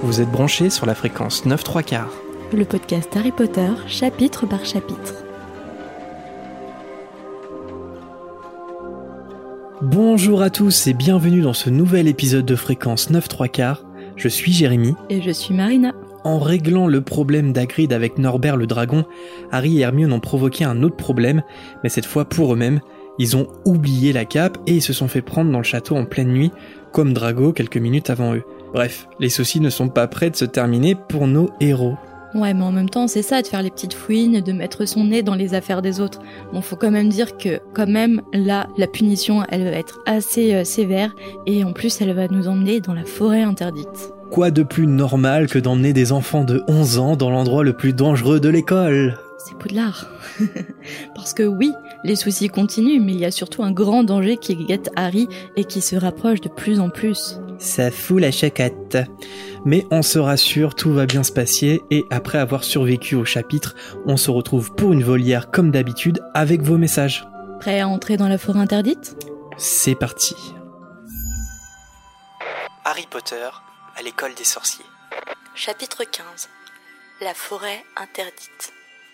Vous êtes branchés sur la fréquence 9-3/4. Le podcast Harry Potter, chapitre par chapitre. Bonjour à tous et bienvenue dans ce nouvel épisode de fréquence 9-3/4. Je suis Jérémy. Et je suis Marina. En réglant le problème d'Hagrid avec Norbert le dragon, Harry et Hermione ont provoqué un autre problème, mais cette fois pour eux-mêmes. Ils ont oublié la cape et ils se sont fait prendre dans le château en pleine nuit, comme Drago quelques minutes avant eux. Bref, les soucis ne sont pas prêts de se terminer pour nos héros. Ouais, mais en même temps, c'est ça, de faire les petites fouines, de mettre son nez dans les affaires des autres. Bon, faut quand même dire que, quand même, là, la punition, elle va être assez sévère, et en plus, elle va nous emmener dans la forêt interdite. Quoi de plus normal que d'emmener des enfants de 11 ans dans l'endroit le plus dangereux de l'école ? C'est Poudlard. Parce que oui, les soucis continuent, mais il y a surtout un grand danger qui guette Harry et qui se rapproche de plus en plus. Ça fout la chacate. Mais on se rassure, tout va bien se passer et après avoir survécu au chapitre, on se retrouve pour une volière comme d'habitude avec vos messages. Prêt à entrer dans la forêt interdite ? C'est parti. Harry Potter à l'école des sorciers. Chapitre 15. La forêt interdite.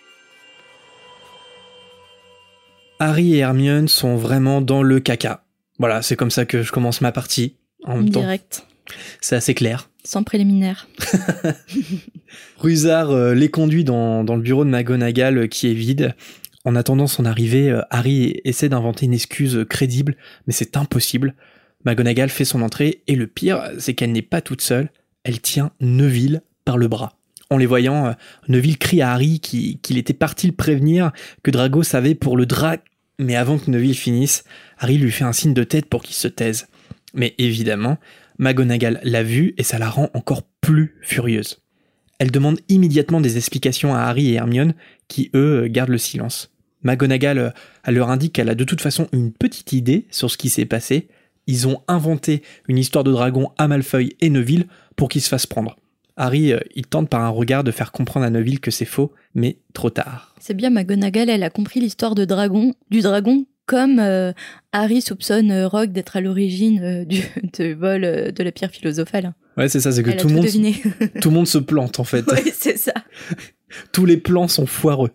Harry et Hermione sont vraiment dans le caca. Voilà, c'est comme ça que je commence ma partie. En même temps, direct. C'est assez clair. Sans préliminaire. Rusard les conduit dans le bureau de McGonagall qui est vide. En attendant son arrivée, Harry essaie d'inventer une excuse crédible, mais c'est impossible. McGonagall fait son entrée et le pire, c'est qu'elle n'est pas toute seule. Elle tient Neville par le bras. En les voyant, Neville crie à Harry qu'il était parti le prévenir, que Drago savait pour le drap. Mais avant que Neville finisse, Harry lui fait un signe de tête pour qu'il se taise. Mais évidemment, McGonagall l'a vu et ça la rend encore plus furieuse. Elle demande immédiatement des explications à Harry et Hermione, qui eux gardent le silence. McGonagall elle leur indique qu'elle a de toute façon une petite idée sur ce qui s'est passé. Ils ont inventé une histoire de dragon à Malfoy et Neville pour qu'ils se fassent prendre. Harry, il tente par un regard de faire comprendre à Neville que c'est faux, mais trop tard. C'est bien, McGonagall, elle a compris l'histoire du dragon, comme Harry soupçonne Rogue d'être à l'origine du vol de la pierre philosophale. Ouais, c'est ça, c'est que tout le monde se plante en fait. Oui, c'est ça. Tous les plans sont foireux.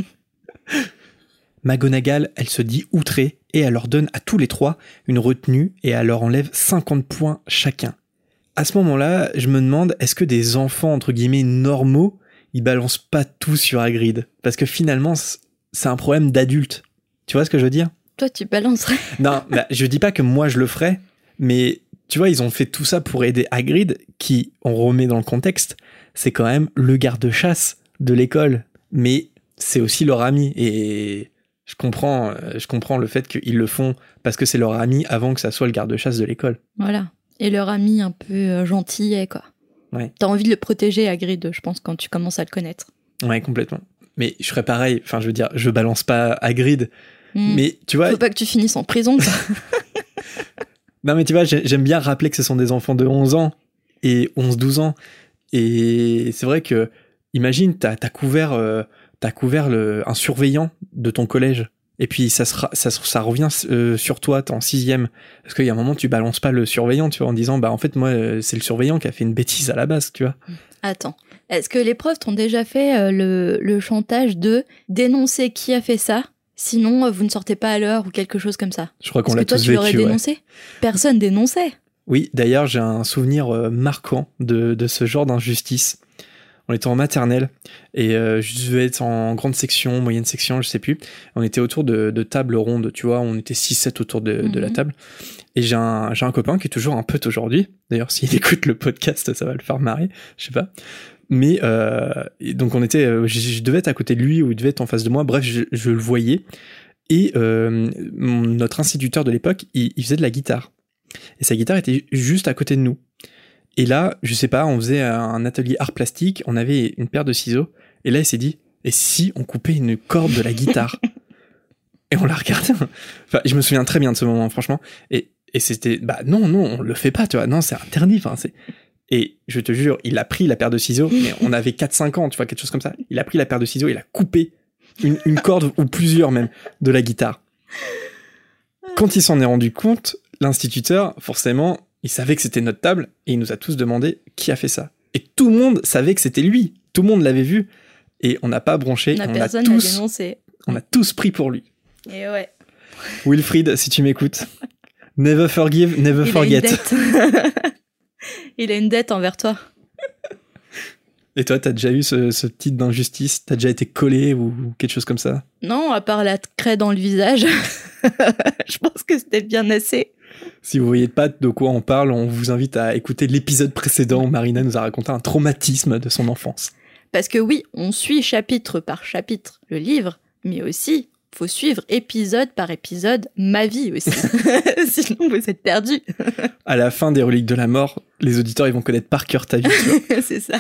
McGonagall, elle se dit outrée et elle leur donne à tous les trois une retenue et elle leur enlève 50 points chacun. À ce moment-là, je me demande, est-ce que des enfants, entre guillemets, normaux, ils balancent pas tout sur Hagrid ? Parce que finalement, c'est un problème d'adultes. Tu vois ce que je veux dire ? Toi, tu balancerais ? Non, bah, je dis pas que moi je le ferais, mais tu vois, ils ont fait tout ça pour aider Hagrid, qui, on remet dans le contexte, c'est quand même le garde-chasse de l'école. Mais c'est aussi leur ami, et je comprends le fait qu'ils le font parce que c'est leur ami avant que ça soit le garde-chasse de l'école. Voilà. Et leur ami un peu gentillet, quoi. Ouais. T'as envie de le protéger, Hagrid, je pense, quand tu commences à le connaître. Ouais, complètement. Mais je ferais pareil, enfin je veux dire, je balance pas Hagrid, mais tu vois... Faut pas que tu finisses en prison, quoi. Non mais tu vois, j'aime bien rappeler que ce sont des enfants de 11 ans, et 11-12 ans, et c'est vrai que, imagine, t'as couvert un surveillant de ton collège, et puis ça revient sur toi, t'es en 6e. Parce qu'il y a un moment, tu balances pas le surveillant, tu vois, en disant, bah en fait, moi, c'est le surveillant qui a fait une bêtise à la base, tu vois. Attends, est-ce que les profs t'ont déjà fait le chantage de dénoncer qui a fait ça, sinon vous ne sortez pas à l'heure ou quelque chose comme ça ? Je crois qu'on l'a tous vécu, Est-ce que toi, tu l'aurais dénoncé ? Personne dénonçait. Oui, d'ailleurs, j'ai un souvenir marquant de ce genre d'injustice. On était en maternelle et je devais être en grande section, moyenne section, je sais plus. On était autour de tables rondes, tu vois, on était 6-7 autour de la table. Et j'ai un copain qui est toujours un pote aujourd'hui. D'ailleurs, s'il écoute le podcast, ça va le faire marrer, je sais pas. Mais donc on était, je devais être à côté de lui ou il devait être en face de moi. Bref, je le voyais. Et notre instituteur de l'époque, il faisait de la guitare. Et sa guitare était juste à côté de nous. Et là, je sais pas, on faisait un atelier art plastique, on avait une paire de ciseaux, et là il s'est dit, et si on coupait une corde de la guitare ? Et on l'a regardé. Enfin, je me souviens très bien de ce moment, franchement. Et c'était, bah non, on le fait pas, tu vois, non, c'est interdit, enfin, c'est... Et je te jure, il a pris la paire de ciseaux, mais on avait 4-5 ans, tu vois, quelque chose comme ça. Il a pris la paire de ciseaux, il a coupé une corde, ou plusieurs même, de la guitare. Quand il s'en est rendu compte, l'instituteur, forcément, il savait que c'était notre table, et il nous a tous demandé qui a fait ça. Et tout le monde savait que c'était lui. Tout le monde l'avait vu. Et on n'a pas bronché. Personne n'a dénoncé. On a tous pris pour lui. Et ouais. Wilfried, si tu m'écoutes, never forgive, never forget. Il a une dette envers toi. Et toi, t'as déjà eu ce type d'injustice? T'as déjà été collé ou quelque chose comme ça? Non, à part la craie dans le visage. Je pense que c'était bien assez. Si vous voyez pas de quoi on parle, on vous invite à écouter l'épisode précédent où Marina nous a raconté un traumatisme de son enfance. Parce que oui, on suit chapitre par chapitre le livre, mais aussi, faut suivre épisode par épisode ma vie aussi. Sinon, vous êtes perdus. À la fin des Reliques de la Mort, les auditeurs, ils vont connaître par cœur ta vie, tu vois. C'est ça.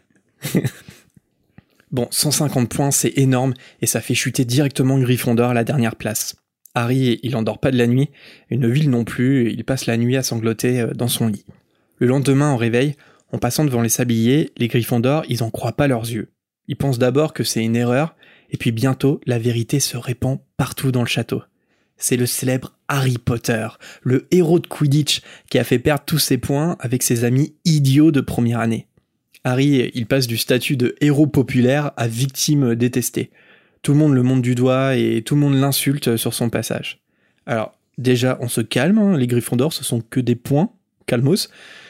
Bon, 150 points, c'est énorme, et ça fait chuter directement Gryffondor à la dernière place. Harry, il endort pas de la nuit, et Neville non plus, il passe la nuit à sangloter dans son lit. Le lendemain, au réveil, en passant devant les sabliers, les Gryffondor, ils en croient pas leurs yeux. Ils pensent d'abord que c'est une erreur, et puis bientôt, la vérité se répand partout dans le château. C'est le célèbre Harry Potter, le héros de Quidditch, qui a fait perdre tous ses points avec ses amis idiots de première année. Harry, il passe du statut de héros populaire à victime détestée. Tout le monde le monte du doigt et tout le monde l'insulte sur son passage. Alors, déjà, on se calme, hein, les Gryffondors, ce sont que des points, calmos,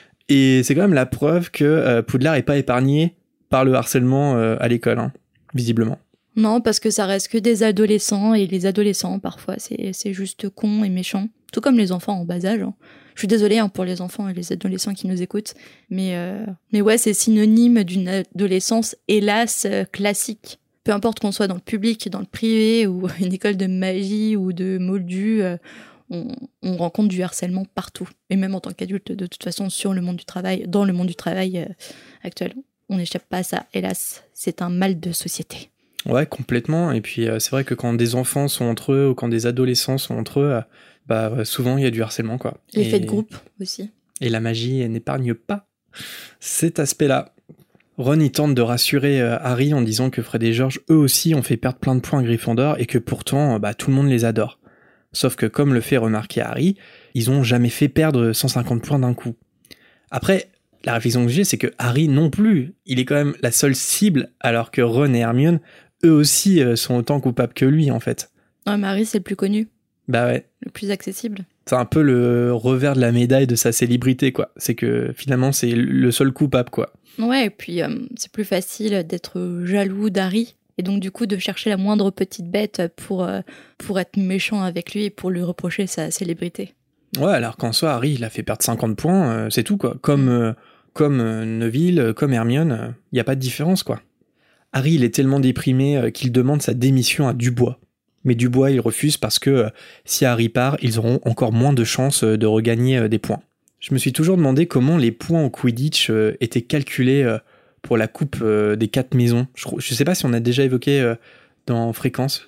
et c'est quand même la preuve que Poudlard est pas épargné par le harcèlement à l'école, hein, visiblement. Non, parce que ça reste que des adolescents, et les adolescents, parfois, c'est juste con et méchant. Tout comme les enfants en bas âge. Hein. Je suis désolée hein, pour les enfants et les adolescents qui nous écoutent, mais ouais, c'est synonyme d'une adolescence, hélas, classique. Peu importe qu'on soit dans le public, dans le privé, ou une école de magie ou de moldu, on rencontre du harcèlement partout. Et même en tant qu'adulte, de toute façon, dans le monde du travail actuel. On n'échappe pas à ça, hélas. C'est un mal de société. Ouais, complètement. Et puis, c'est vrai que quand des enfants sont entre eux ou quand des adolescents sont entre eux, souvent, il y a du harcèlement, quoi. L'effet de groupe aussi. Et la magie, elle n'épargne pas cet aspect-là. Ron, il tente de rassurer Harry en disant que Fred et George, eux aussi, ont fait perdre plein de points à Gryffondor et que pourtant, tout le monde les adore. Sauf que, comme le fait remarquer Harry, ils ont jamais fait perdre 150 points d'un coup. Après, la réflexion que j'ai, c'est que Harry non plus, il est quand même la seule cible, alors que Ron et Hermione, eux aussi, sont autant coupables que lui, en fait. Ouais, mais Harry, c'est le plus connu. Bah ouais. Le plus accessible. C'est un peu le revers de la médaille de sa célébrité, quoi. C'est que, finalement, c'est le seul coupable, quoi. Ouais, et puis c'est plus facile d'être jaloux d'Harry, et donc du coup de chercher la moindre petite bête pour être méchant avec lui et pour lui reprocher sa célébrité. Ouais, alors qu'en soi, Harry, il a fait perdre 50 points, c'est tout, quoi. Comme Neville, comme Hermione, il n'y a pas de différence, quoi. Harry, il est tellement déprimé qu'il demande sa démission à Dubois. Mais Dubois, il refuse parce que si Harry part, ils auront encore moins de chances de regagner des points. Je me suis toujours demandé comment les points au Quidditch étaient calculés pour la coupe des 4 maisons. Je sais pas si on a déjà évoqué dans Fréquence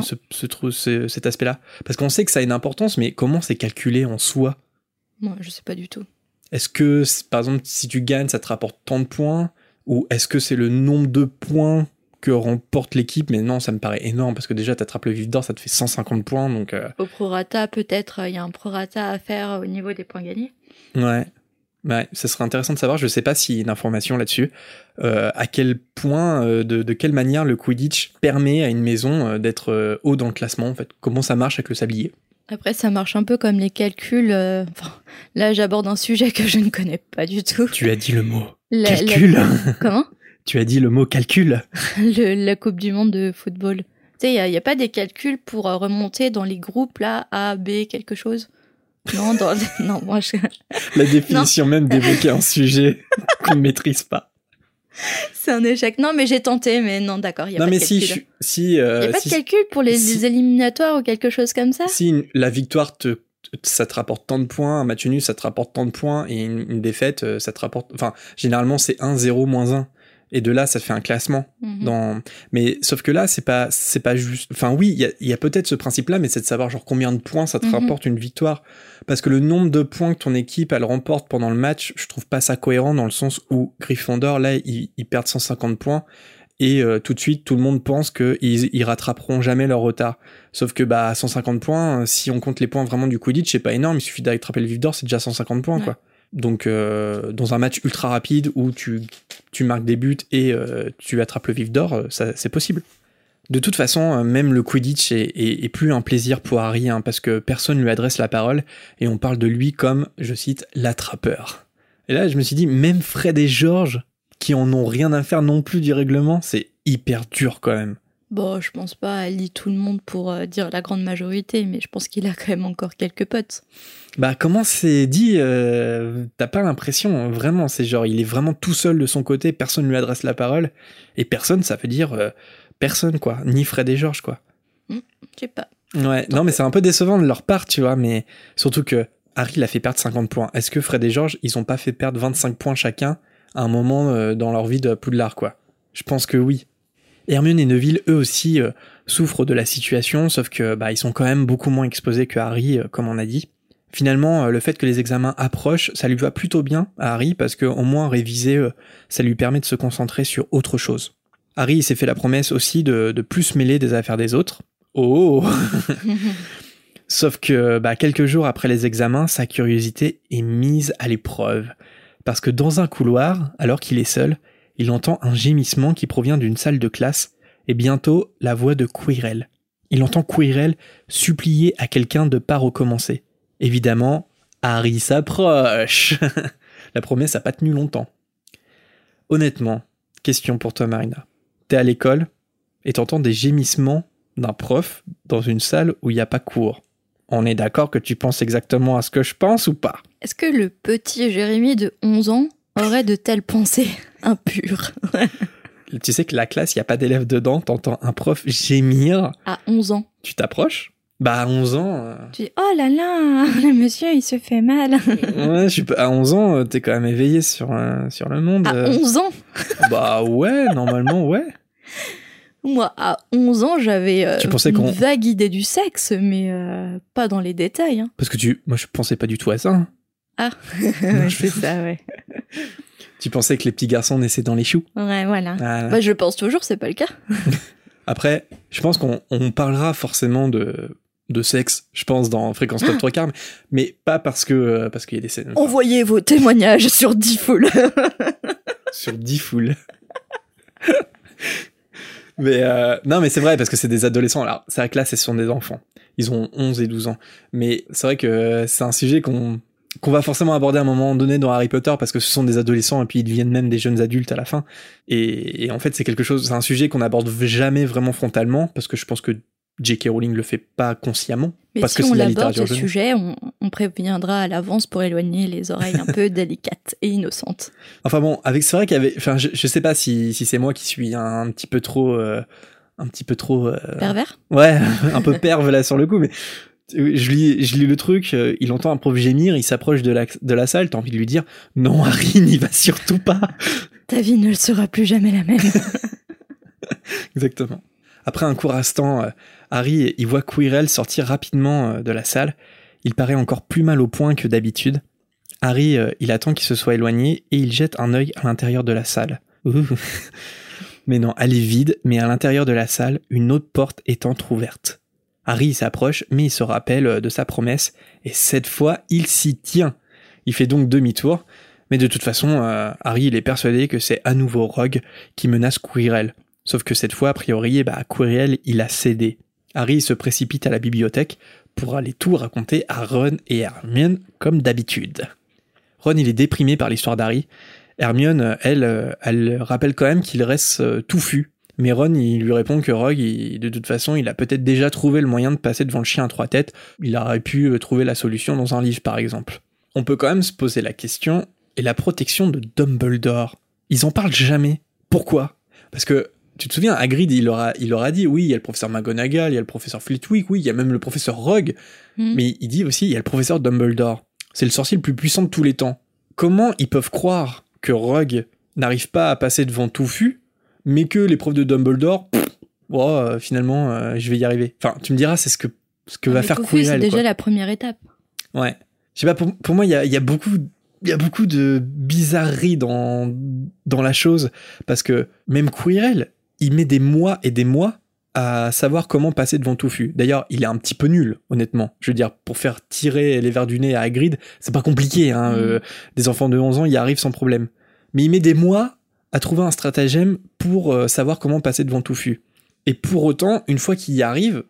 cet aspect-là. Parce qu'on sait que ça a une importance, mais comment c'est calculé en soi? Moi, je sais pas du tout. Est-ce que, par exemple, si tu gagnes, ça te rapporte tant de points? Ou est-ce que c'est le nombre de points que remporte l'équipe? Mais non, ça me paraît énorme, parce que déjà, t'attrapes le vif d'or, ça te fait 150 points, donc... Au prorata, peut-être, il y a un prorata à faire au niveau des points gagnés. Ouais, ça serait intéressant de savoir, je sais pas s'il y a une information là-dessus, à quel point, de quelle manière le Quidditch permet à une maison d'être haut dans le classement, en fait. Comment ça marche avec le sablier? Après, ça marche un peu comme les calculs. Là, j'aborde un sujet que je ne connais pas du tout. Tu as dit le mot calcul. Comment? Tu as dit le mot calcul. La Coupe du Monde de football. Tu sais, il n'y a pas des calculs pour remonter dans les groupes, là, A, B, quelque chose? Non, non, moi je... La définition même d'évoquer un sujet qu'on ne maîtrise pas. C'est un échec. Non, mais j'ai tenté, mais non, d'accord, il n'y a pas de calcul. Il n'y a pas de calcul pour les éliminatoires ou quelque chose comme ça? Si la victoire, ça te rapporte tant de points, un match nul, ça te rapporte tant de points, et une défaite, ça te rapporte... Enfin, généralement, c'est 1, 0, moins 1. Et de là, ça fait un classement. Mais sauf que là, c'est pas juste... Enfin oui, il y a peut-être ce principe-là, mais c'est de savoir genre combien de points ça te rapporte une victoire. Parce que le nombre de points que ton équipe, elle remporte pendant le match, je trouve pas ça cohérent dans le sens où Gryffondor, là, ils perdent 150 points et tout de suite, tout le monde pense qu'ils rattraperont jamais leur retard. Sauf que 150 points, si on compte les points vraiment du Quidditch, c'est pas énorme, il suffit d'attraper le vif d'or, c'est déjà 150 points, quoi. Donc, dans un match ultra rapide où tu marques des buts et tu attrapes le vif d'or, ça, c'est possible. De toute façon, même le Quidditch est plus un plaisir pour Harry, hein, parce que personne lui adresse la parole et on parle de lui comme, je cite, l'attrapeur. Et là, je me suis dit, même Fred et George, qui en ont rien à faire non plus du règlement, c'est hyper dur quand même. Bon, je pense pas à lit tout le monde pour dire la grande majorité, mais je pense qu'il a quand même encore quelques potes. Bah, comment c'est dit, t'as pas l'impression, vraiment, c'est genre, il est vraiment tout seul de son côté, personne lui adresse la parole, et personne, ça veut dire personne, quoi, ni Fred et George, quoi. Je sais pas. Ouais, non, mais c'est un peu décevant de leur part, tu vois, mais surtout que Harry l'a fait perdre 50 points. Est-ce que Fred et George, ils ont pas fait perdre 25 points chacun à un moment dans leur vie de Poudlard, quoi? Je pense que oui. Hermione et Neville, eux aussi, souffrent de la situation, sauf que ils sont quand même beaucoup moins exposés que Harry, comme on a dit. Finalement, le fait que les examens approchent, ça lui va plutôt bien à Harry, parce qu'au moins réviser, ça lui permet de se concentrer sur autre chose. Harry il s'est fait la promesse aussi de plus se mêler des affaires des autres. Oh. Sauf que quelques jours après les examens, sa curiosité est mise à l'épreuve. Parce que dans un couloir, alors qu'il est seul, il entend un gémissement qui provient d'une salle de classe, et bientôt la voix de Quirrell. Il entend Quirrell supplier à quelqu'un de pas recommencer. Évidemment, Harry s'approche. La promesse n'a pas tenu longtemps. Honnêtement, question pour toi Marina. T'es à l'école, et t'entends des gémissements d'un prof dans une salle où il n'y a pas cours. On est d'accord que tu penses exactement à ce que je pense ou pas? Est-ce que le petit Jérémy de 11 ans aurait de telles pensées impures? Tu sais que la classe, il n'y a pas d'élèves dedans, t'entends un prof gémir. À 11 ans. Tu t'approches? À 11 ans... Tu dis, oh là là, le monsieur, il se fait mal. Ouais, à 11 ans, t'es quand même éveillé sur le monde. À 11 ans? Ouais, normalement, ouais. Moi, à 11 ans, j'avais une vague idée du sexe, mais pas dans les détails. Hein. Parce que moi, je pensais pas du tout à ça. Hein. Ah, ouais, c'est ça, ouais. Tu pensais que les petits garçons naissaient dans les choux? Ouais, voilà. Je pense toujours, c'est pas le cas. Après, je pense qu'on parlera forcément de sexe, je pense, dans Fréquence Top 3/4, mais pas parce qu'il y a des scènes. Envoyez vos témoignages sur Diffoul. Sur Diffoul. Mais non, mais c'est vrai, parce que c'est des adolescents. Alors, c'est la classe, ce sont des enfants. Ils ont 11 et 12 ans. Mais c'est vrai que c'est un sujet qu'on va forcément aborder à un moment donné dans Harry Potter, parce que ce sont des adolescents et puis ils deviennent même des jeunes adultes à la fin. Et en fait, c'est un sujet qu'on n'aborde jamais vraiment frontalement, parce que je pense que J.K. Rowling le fait pas consciemment. Mais parce si que on l'aborde ce sujet, on préviendra à l'avance pour éloigner les oreilles un peu délicates et innocentes. Enfin bon, c'est vrai qu'il y avait, enfin je sais pas si c'est moi qui suis un petit peu trop pervers. Ouais, un peu perve là sur le coup, mais je lis le truc, il entend un prof gémir, il s'approche de la salle, t'as envie de lui dire non Harry, n'y va surtout pas. Ta vie ne sera plus jamais la même. Exactement. Après un court instant, Harry il voit Quirrell sortir rapidement de la salle. Il paraît encore plus mal au point que d'habitude. Harry, il attend qu'il se soit éloigné et il jette un œil à l'intérieur de la salle. Mais non, elle est vide, mais à l'intérieur de la salle, une autre porte est entrouverte. Harry s'approche, mais il se rappelle de sa promesse, et cette fois, il s'y tient. Il fait donc demi-tour, mais de toute façon, Harry il est persuadé que c'est à nouveau Rogue qui menace Quirrell. Sauf que cette fois, a priori, Quirrell, il a cédé. Harry se précipite à la bibliothèque pour aller tout raconter à Ron et Hermione comme d'habitude. Ron, il est déprimé par l'histoire d'Harry. Hermione, elle rappelle quand même qu'il reste touffu. Mais Ron, il lui répond que Rogue, de toute façon, il a peut-être déjà trouvé le moyen de passer devant le chien à trois têtes. Il aurait pu trouver la solution dans un livre, par exemple. On peut quand même se poser la question, et la protection de Dumbledore? Ils en parlent jamais. Pourquoi? Parce que, tu te souviens, Hagrid, il aura dit, oui, il y a le professeur McGonagall, il y a le professeur Flitwick, oui, il y a même le professeur Rogue. Mais il dit aussi, il y a le professeur Dumbledore. C'est le sorcier le plus puissant de tous les temps. Comment ils peuvent croire que Rogue n'arrive pas à passer devant Touffu, mais que les profs de Dumbledore, finalement, je vais y arriver. Enfin, tu me diras, c'est ce que va faire Touffu, Quirrell. C'est déjà la première étape. Ouais. Je sais pas, pour moi, il y a beaucoup de bizarreries dans la chose, parce que même Quirrell, il met des mois et des mois à savoir comment passer devant Touffu. D'ailleurs, il est un petit peu nul, honnêtement. Je veux dire, pour faire tirer les vers du nez à Hagrid, c'est pas compliqué. Des enfants de 11 ans y arrivent sans problème. Mais il met des mois à trouver un stratagème pour savoir comment passer devant Touffu. Et pour autant, une fois qu'il y arrive,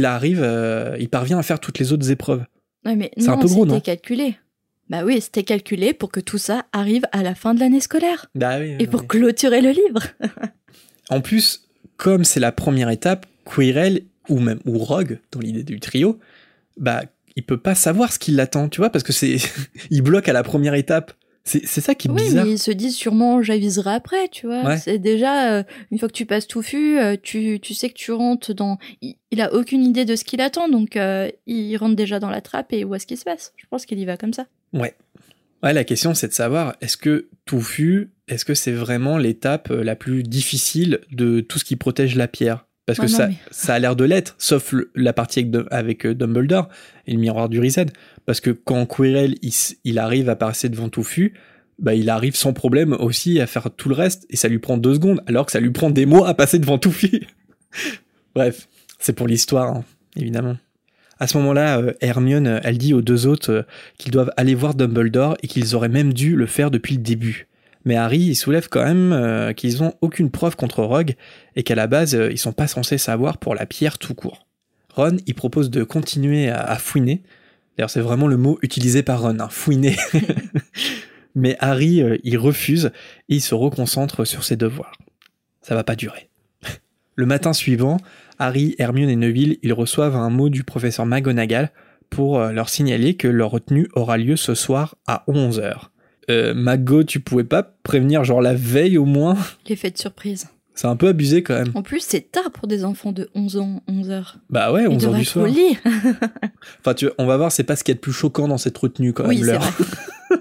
il parvient à faire toutes les autres épreuves. Ouais, mais c'est un peu gros, non ? C'était calculé. Bah oui, c'était calculé pour que tout ça arrive à la fin de l'année scolaire. Bah oui. Et pour clôturer le livre. En plus, comme c'est la première étape, Quirrell ou Rogue, dans l'idée du trio, bah il peut pas savoir ce qui l'attend, tu vois, parce que il bloque à la première étape. C'est ça qui est bizarre. Oui, mais ils se disent sûrement j'aviserai après, tu vois. Ouais. C'est déjà, une fois que tu passes Touffu, tu sais que tu rentres dans... Il a aucune idée de ce qu'il attend, donc il rentre déjà dans la trappe et où est-ce qu'il se passe. Je pense qu'il y va comme ça. Ouais, la question c'est de savoir, est-ce que Touffu, est-ce que c'est vraiment l'étape la plus difficile de tout ce qui protège la pierre ? Parce que ça a l'air de l'être, sauf la partie avec Dumbledore et le miroir du Reset. Parce que quand Quirrell il arrive à passer devant Touffu, bah il arrive sans problème aussi à faire tout le reste, et ça lui prend 2 secondes, alors que ça lui prend des mois à passer devant Touffu. Bref, c'est pour l'histoire, évidemment. À ce moment-là, Hermione, elle dit aux 2 autres qu'ils doivent aller voir Dumbledore et qu'ils auraient même dû le faire depuis le début. Mais Harry, il soulève quand même qu'ils n'ont aucune preuve contre Rogue et qu'à la base, ils sont pas censés savoir pour la pierre tout court. Ron, il propose de continuer à fouiner. D'ailleurs, c'est vraiment le mot utilisé par Ron, fouiner. Mais Harry, il refuse et il se reconcentre sur ses devoirs. Ça va pas durer. Le matin suivant, Harry, Hermione et Neville, ils reçoivent un mot du professeur McGonagall pour leur signaler que leur retenue aura lieu ce soir à 11h. Mago, tu pouvais pas prévenir genre la veille au moins ? L'effet de surprise. C'est un peu abusé quand même. En plus, c'est tard pour des enfants de 11 ans, 11h. Bah ouais, 11h du soir. Ils devraient être au lit. Enfin, on va voir, c'est pas ce qu'il y a de plus choquant dans cette retenue quand même, l'heure. Oui, c'est vrai.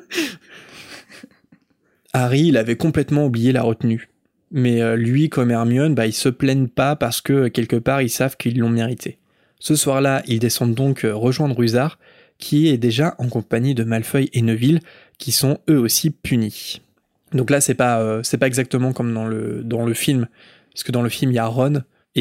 Harry, il avait complètement oublié la retenue. Mais lui, comme Hermione, bah, ils se plaignent pas parce que quelque part, ils savent qu'ils l'ont mérité. Ce soir-là, ils descendent donc rejoindre Rusard, qui est déjà en compagnie de Malfoy et Neville, qui sont eux aussi punis. Donc là, c'est pas exactement comme dans le film, parce que dans le film, il y a Ron,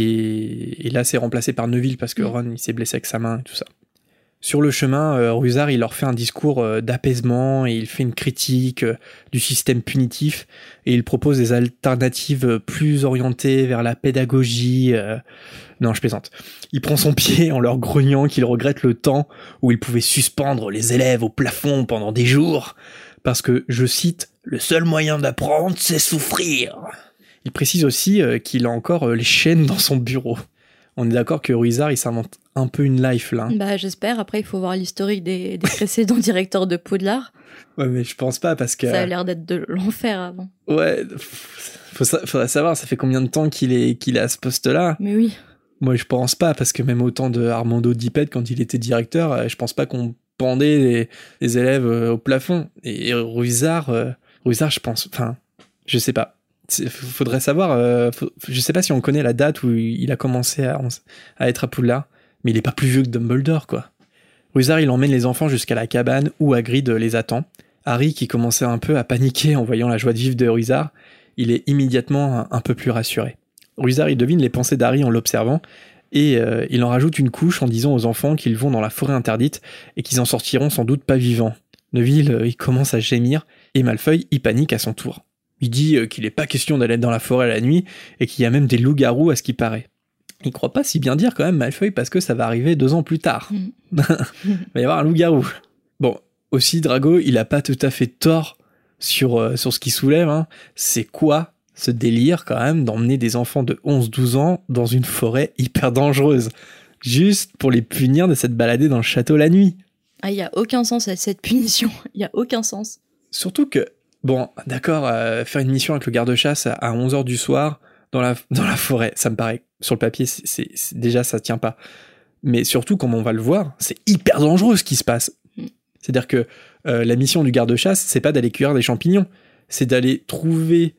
et là, c'est remplacé par Neville, parce que Ron, il s'est blessé avec sa main et tout ça. Sur le chemin, Rusard, il leur fait un discours d'apaisement, et il fait une critique du système punitif, et il propose des alternatives plus orientées vers la pédagogie. Non, je plaisante. Il prend son pied en leur grognant qu'il regrette le temps où il pouvait suspendre les élèves au plafond pendant des jours, parce que, je cite, « le seul moyen d'apprendre, c'est souffrir ». Il précise aussi qu'il a encore les chaînes dans son bureau. On est d'accord que Rusard, il s'invente un peu une life, là. Bah, j'espère. Après, il faut voir l'historique des précédents directeurs de Poudlard. Ouais, mais je pense pas, parce que... Ça a l'air d'être de l'enfer avant. Ouais, faudrait savoir, ça fait combien de temps qu'il est à ce poste-là. Mais oui. Moi, je pense pas, parce que même au temps de Armando Dippet, quand il était directeur, je pense pas qu'on pendait les élèves au plafond. Et Rusard, je pense... Enfin, je sais pas. Faudrait savoir... je sais pas si on connaît la date où il a commencé à être à Poudlard, mais il est pas plus vieux que Dumbledore, quoi. Rusard, il emmène les enfants jusqu'à la cabane où Hagrid les attend. Harry, qui commençait un peu à paniquer en voyant la joie de vivre de Rusard, il est immédiatement un peu plus rassuré. Rusard, il devine les pensées d'Harry en l'observant, et il en rajoute une couche en disant aux enfants qu'ils vont dans la forêt interdite et qu'ils en sortiront sans doute pas vivants. Neville, il commence à gémir, et Malfoy, il panique à son tour. Il dit qu'il n'est pas question d'aller dans la forêt la nuit, et qu'il y a même des loups-garous à ce qui paraît. Il croit pas si bien dire quand même, Malfoy, parce que ça va arriver 2 ans plus tard. Il va y avoir un loup-garou. Bon, aussi, Drago, il a pas tout à fait tort sur ce qu'il soulève. Hein. C'est quoi ce délire quand même d'emmener des enfants de 11-12 ans dans une forêt hyper dangereuse, juste pour les punir de s'être baladés dans le château la nuit? Ah, il y a aucun sens à cette punition. Il y a aucun sens. Surtout que, bon, d'accord, faire une mission avec le garde-chasse à 11h du soir dans la forêt, ça me paraît, sur le papier, c'est déjà, ça tient pas. Mais surtout, comme on va le voir, c'est hyper dangereux ce qui se passe. C'est-à-dire que la mission du garde-chasse, c'est pas d'aller cueillir des champignons, c'est d'aller trouver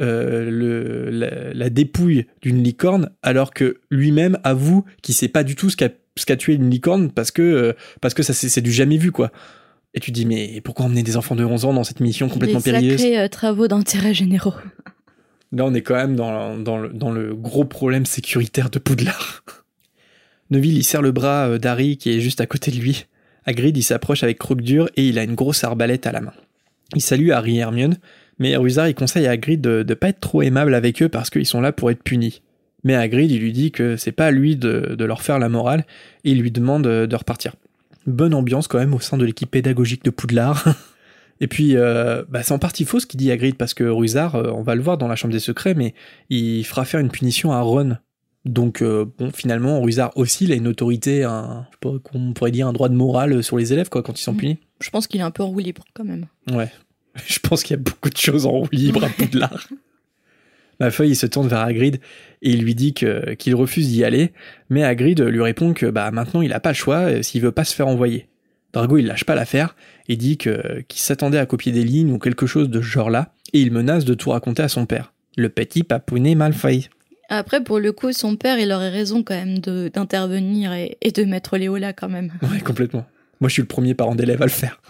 la dépouille d'une licorne, alors que lui-même avoue qu'il sait pas du tout ce qu'a tué une licorne, parce que ça c'est du jamais vu, quoi. Et tu te dis, mais pourquoi emmener des enfants de 11 ans dans cette mission complètement périlleuse ? Des sacrés travaux d'intérêt généraux. Là, on est quand même dans le gros problème sécuritaire de Poudlard. Neville, il serre le bras d'Harry qui est juste à côté de lui. Hagrid, il s'approche avec Croque-Dur et il a une grosse arbalète à la main. Il salue Harry et Hermione, mais Rusard, il conseille à Hagrid de pas être trop aimable avec eux parce qu'ils sont là pour être punis. Mais Hagrid, il lui dit que c'est pas à lui de leur faire la morale et il lui demande de repartir. Bonne ambiance quand même au sein de l'équipe pédagogique de Poudlard. Et puis, c'est en partie faux ce qu'il dit Hagrid, parce que Rusard, on va le voir dans la Chambre des Secrets, mais il fera faire une punition à Ron. Donc, finalement, Rusard aussi, il a une autorité, on pourrait dire un droit de morale sur les élèves, quoi, quand ils sont punis. Je pense qu'il est un peu en roue libre, quand même. Ouais, je pense qu'il y a beaucoup de choses en roue libre à Poudlard. Malfoy, il se tourne vers Hagrid et il lui dit qu'il refuse d'y aller, mais Hagrid lui répond que maintenant, il a pas le choix s'il veut pas se faire envoyer. Drago, il lâche pas l'affaire, et dit qu'il s'attendait à copier des lignes ou quelque chose de ce genre-là, et il menace de tout raconter à son père. Le petit papounet Malfoy. Après, pour le coup, son père, il aurait raison quand même d'intervenir et de mettre Léo là quand même. Ouais, complètement. Moi, je suis le premier parent d'élève à le faire.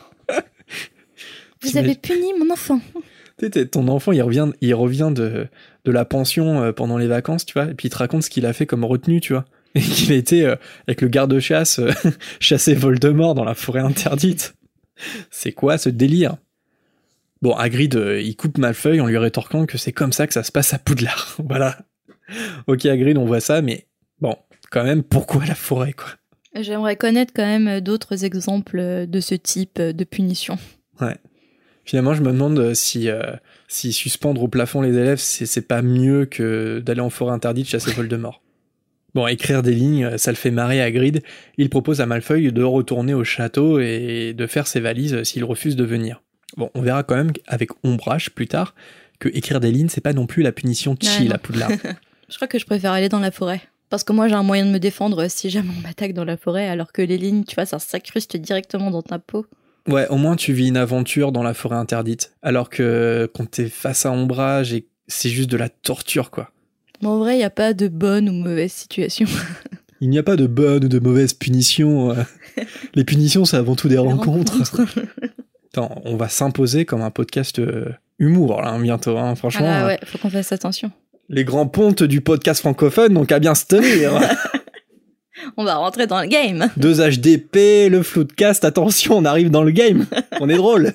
Vous avez puni mon enfant. Ton enfant, il revient de la pension pendant les vacances, tu vois, et puis il te raconte ce qu'il a fait comme retenue, tu vois. Et qu'il a été, avec le garde-chasse, chasser Voldemort dans la forêt interdite. C'est quoi ce délire ? Bon, Hagrid, il coupe Malfoy en lui rétorquant que c'est comme ça que ça se passe à Poudlard. Voilà. Ok, Hagrid, on voit ça, mais bon, quand même, pourquoi la forêt, quoi ? J'aimerais connaître quand même d'autres exemples de ce type de punition. Ouais. Finalement, je me demande si suspendre au plafond les élèves, c'est pas mieux que d'aller en forêt interdite chasser Voldemort. Bon, écrire des lignes, ça le fait marrer Hagrid. Il propose à Malfoy de retourner au château et de faire ses valises s'il refuse de venir. Bon, on verra quand même avec Ombrage plus tard que écrire des lignes, c'est pas non plus la punition chill à Poudlard. Je crois que je préfère aller dans la forêt. Parce que moi, j'ai un moyen de me défendre si jamais on m'attaque dans la forêt, alors que les lignes, tu vois, ça s'incruste directement dans ta peau. Ouais, au moins tu vis une aventure dans la forêt interdite. Alors que quand t'es face à Ombrage, c'est juste de la torture, quoi. Mais en vrai, il n'y a pas de bonne ou mauvaise situation. Il n'y a pas de bonne ou de mauvaise punition. Les punitions, c'est avant tout des rencontres. Attends, on va s'imposer comme un podcast humour, là, bientôt, hein, franchement. Ah ouais, faut qu'on fasse attention. Les grands pontes du podcast francophone n'ont qu'à bien se tenir. On va rentrer dans le game. 2 HDP, le Floodcast, attention, on arrive dans le game. On est drôle.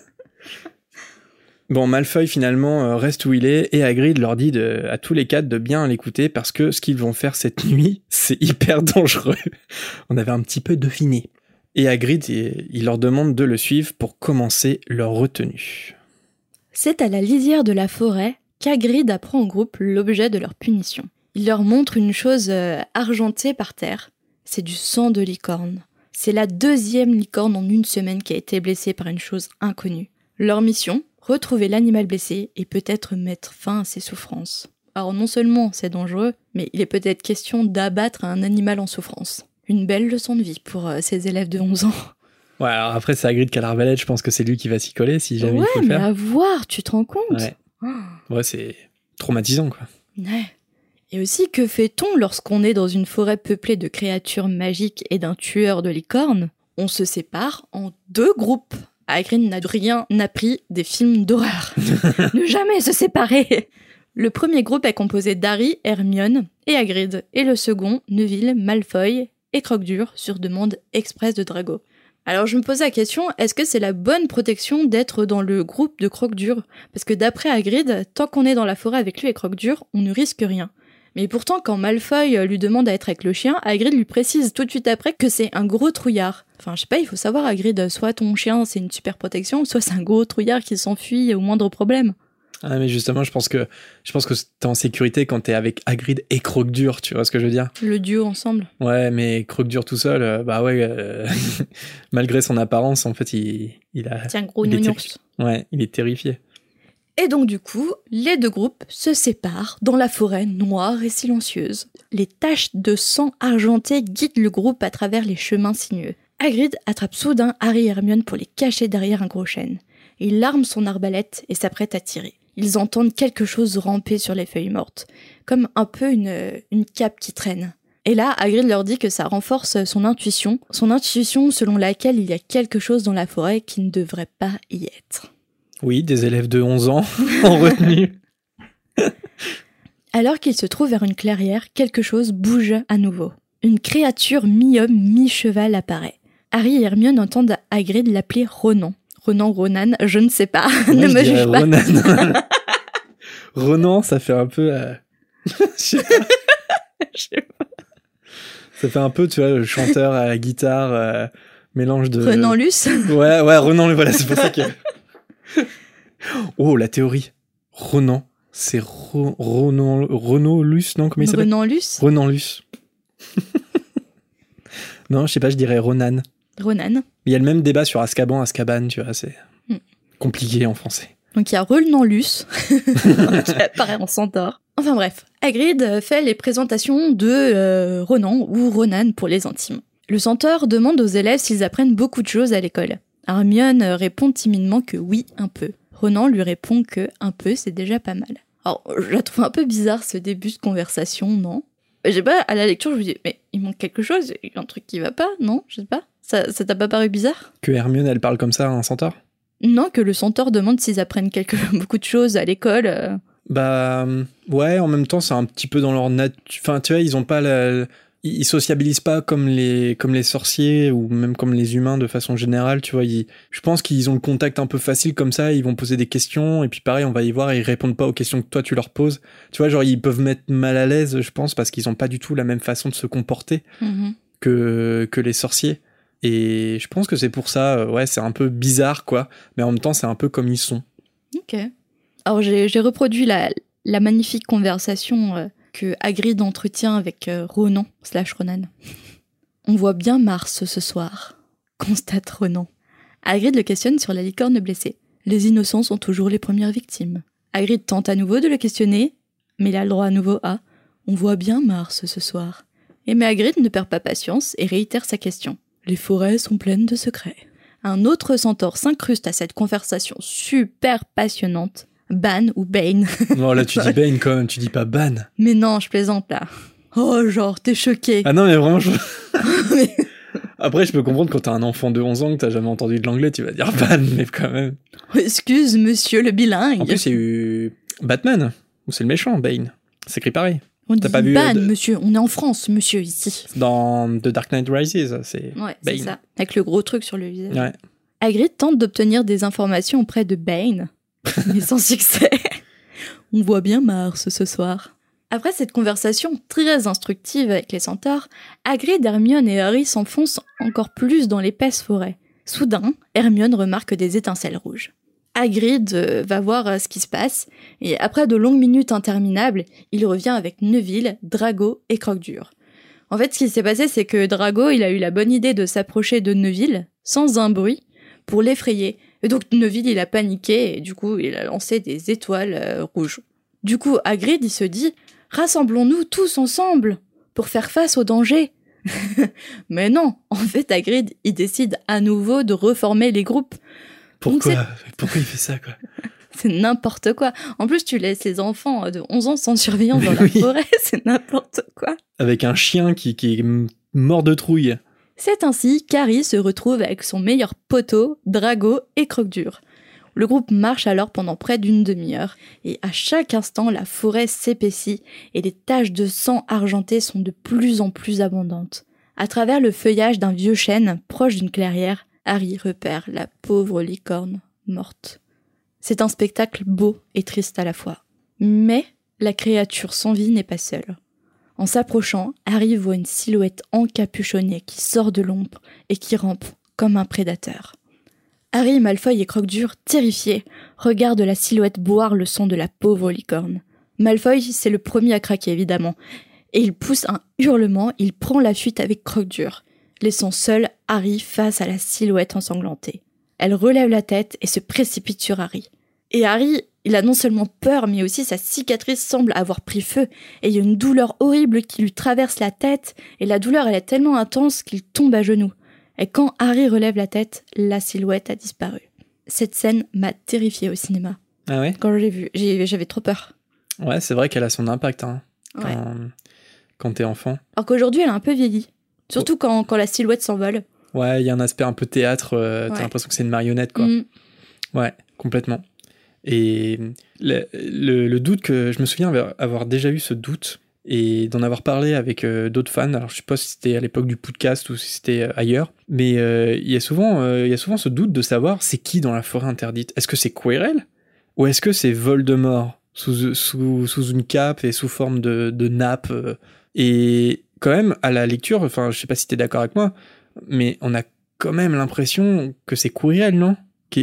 Bon, Malfoy finalement reste où il est et Hagrid leur dit à tous les 4 de bien l'écouter parce que ce qu'ils vont faire cette nuit, c'est hyper dangereux. On avait un petit peu deviné. Et Hagrid, il leur demande de le suivre pour commencer leur retenue. C'est à la lisière de la forêt qu'Hagrid apprend au groupe l'objet de leur punition. Il leur montre une chose argentée par terre. C'est du sang de licorne. C'est la 2e licorne en une semaine qui a été blessée par une chose inconnue. Leur mission ? Retrouver l'animal blessé et peut-être mettre fin à ses souffrances. Alors non seulement c'est dangereux, mais il est peut-être question d'abattre un animal en souffrance. Une belle leçon de vie pour ces élèves de 11 ans. Ouais, alors après c'est Hagrid qui a l'arbalète, je pense que c'est lui qui va s'y coller si jamais il faut le faire. Ouais, mais à voir, tu te rends compte ? Ouais, ouais, c'est traumatisant, quoi. Ouais. Et aussi, que fait-on lorsqu'on est dans une forêt peuplée de créatures magiques et d'un tueur de licornes ? On se sépare en 2 groupes. Hagrid n'a rien appris des films d'horreur. Ne jamais se séparer. Le premier groupe est composé d'Harry, Hermione et Hagrid. Et le second, Neville, Malfoy et Croque-Dur, sur demande express de Drago. Alors je me posais la question, est-ce que c'est la bonne protection d'être dans le groupe de Croque-Dur ? Parce que d'après Hagrid, tant qu'on est dans la forêt avec lui et Croque-Dur, on ne risque rien. Mais pourtant, quand Malfoy lui demande à être avec le chien, Hagrid lui précise tout de suite après que c'est un gros trouillard. Enfin, je sais pas, il faut savoir, Hagrid, soit ton chien c'est une super protection, soit c'est un gros trouillard qui s'enfuit au moindre problème. Ah, mais justement, je pense que t'es en sécurité quand t'es avec Hagrid et Croque-Dur, tu vois ce que je veux dire ? Le duo ensemble. Ouais, mais Croque-Dur tout seul, malgré son apparence, en fait, il a... C'est un gros nounours. Ouais, il est terrifié. Et donc du coup, les 2 groupes se séparent dans la forêt noire et silencieuse. Les taches de sang argenté guident le groupe à travers les chemins sinueux. Hagrid attrape soudain Harry et Hermione pour les cacher derrière un gros chêne. Il arme son arbalète et s'apprête à tirer. Ils entendent quelque chose ramper sur les feuilles mortes, comme un peu une cape qui traîne. Et là, Hagrid leur dit que ça renforce son intuition selon laquelle il y a quelque chose dans la forêt qui ne devrait pas y être. Oui, des élèves de 11 ans en retenue. Alors qu'ils se trouvent vers une clairière, quelque chose bouge à nouveau. Une créature mi-homme, mi-cheval apparaît. Harry et Hermione entendent Hagrid l'appeler Ronan. Ronan, je ne sais pas, ne me juge pas. Ronan. Ronan, ça fait un peu... Je sais pas. Ça fait un peu, tu vois, le chanteur à la guitare, mélange de... Renan Luce. Ouais, Ronan, voilà, c'est pour ça que... Oh, la théorie. Ronan, c'est Renaud Luce, non? Comment il s'appelle? Renan Luce. Ronan Luce. Non, je sais pas, je dirais Ronan. Ronan. Il y a le même débat sur Azkaban, tu vois, c'est compliqué en français. Donc il y a Renan Luce, qui apparaît en centaure. Enfin bref, Hagrid fait les présentations de Ronan ou Ronan pour les intimes. Le centaure demande aux élèves s'ils apprennent beaucoup de choses à l'école. Hermione répond timidement que oui, un peu. Ronan lui répond que un peu, c'est déjà pas mal. Alors, je la trouve un peu bizarre ce début de conversation, non? Je sais pas, à la lecture, je me dis, mais il manque quelque chose, il y a un truc qui va pas, non? Je sais pas. Ça t'a pas paru bizarre? Que Hermione, elle parle comme ça à un centaure? Non, que le centaure demande s'ils apprennent beaucoup de choses à l'école. Bah, ouais, en même temps, c'est un petit peu dans leur nature. Enfin, tu vois, ils ont pas ils sociabilisent pas comme les sorciers ou même comme les humains de façon générale, tu vois. Je pense qu'ils ont le contact un peu facile comme ça, ils vont poser des questions et puis pareil, on va y voir et ils répondent pas aux questions que toi tu leur poses. Tu vois, genre ils peuvent mettre mal à l'aise, je pense, parce qu'ils ont pas du tout la même façon de se comporter que les sorciers. Et je pense que c'est pour ça, ouais, c'est un peu bizarre, quoi. Mais en même temps, c'est un peu comme ils sont. Ok. Alors j'ai reproduit la magnifique conversation que Hagrid entretient avec Ronan / Ronan. On voit bien Mars ce soir, constate Ronan. Hagrid le questionne sur la licorne blessée. Les innocents sont toujours les premières victimes. Hagrid tente à nouveau de le questionner, mais il a le droit à nouveau à « On voit bien Mars ce soir ». Mais Hagrid ne perd pas patience et réitère sa question. Les forêts sont pleines de secrets. Un autre centaure s'incruste à cette conversation super passionnante. Ban ou Bane. Non, là tu dis Bane quand même, tu dis pas Ban. Mais non, je plaisante là. Oh, genre, t'es choqué. Ah non, mais vraiment, Après, je peux comprendre quand t'as un enfant de 11 ans que t'as jamais entendu de l'anglais, tu vas dire Ban, mais quand même. Excuse, monsieur le bilingue. En plus, il y a eu Batman, où c'est le méchant, Bane. C'est écrit pareil. On dit pas vu, Ban, monsieur. On est en France, monsieur, ici. Dans The Dark Knight Rises, c'est ouais, Bane. C'est ça. Avec le gros truc sur le visage. Ouais. Hagrid tente d'obtenir des informations auprès de Bane, mais sans succès. On voit bien Mars ce soir. Après cette conversation très instructive avec les centaures, Hagrid, Hermione et Harry s'enfoncent encore plus dans l'épaisse forêt. Soudain, Hermione remarque des étincelles rouges. Hagrid va voir ce qui se passe, et après de longues minutes interminables, il revient avec Neville, Drago et Croque-Dur. En fait, ce qui s'est passé, c'est que Drago, il a eu la bonne idée de s'approcher de Neville, sans un bruit, pour l'effrayer. Et donc Neville, il a paniqué, et du coup, il a lancé des étoiles rouges. Du coup, Hagrid, il se dit « Rassemblons-nous tous ensemble pour faire face au danger !» Mais non, en fait, Hagrid, il décide à nouveau de reformer les groupes. Pourquoi il fait ça, quoi? C'est n'importe quoi. En plus, tu laisses les enfants de 11 ans sans surveillance dans la forêt, c'est n'importe quoi. Avec un chien qui est mort de trouille. C'est ainsi qu'Harry se retrouve avec son meilleur poteau, Drago et Croque-Dur. Le groupe marche alors pendant près d'une demi-heure, et à chaque instant, la forêt s'épaissit et les taches de sang argenté sont de plus en plus abondantes. À travers le feuillage d'un vieux chêne, proche d'une clairière, Harry repère la pauvre licorne morte. C'est un spectacle beau et triste à la fois. Mais la créature sans vie n'est pas seule. En s'approchant, Harry voit une silhouette encapuchonnée qui sort de l'ombre et qui rampe comme un prédateur. Harry, Malfoy et Croque-Dur, terrifiés, regardent la silhouette boire le sang de la pauvre licorne. Malfoy, c'est le premier à craquer évidemment, et il pousse un hurlement, il prend la fuite avec Croque-Dur, laissant seul Harry face à la silhouette ensanglantée. Elle relève la tête et se précipite sur Harry. Et Harry, il a non seulement peur, mais aussi sa cicatrice semble avoir pris feu, et il y a une douleur horrible qui lui traverse la tête, et la douleur elle est tellement intense qu'il tombe à genoux. Et quand Harry relève la tête, la silhouette a disparu. Cette scène m'a terrifiée au cinéma. Ah ouais? Quand je l'ai vue, j'avais trop peur. Ouais, c'est vrai qu'elle a son impact, hein, Ouais. quand t'es enfant. Alors qu'aujourd'hui, elle a un peu vieilli. Surtout quand la silhouette s'envole. Ouais, il y a un aspect un peu théâtre, t'as l'impression que c'est une marionnette, quoi. Ouais, complètement. Et le doute que je me souviens avoir déjà eu ce doute et d'en avoir parlé avec d'autres fans. Alors je sais pas si c'était à l'époque du podcast ou si c'était ailleurs, mais il y a souvent ce doute de savoir c'est qui dans la forêt interdite. Est-ce que c'est Quirrell ou est-ce que c'est Voldemort sous une cape et sous forme de nappe et quand même à la lecture, enfin je sais pas si t'es d'accord avec moi, mais on a quand même l'impression que c'est Quirrell, non,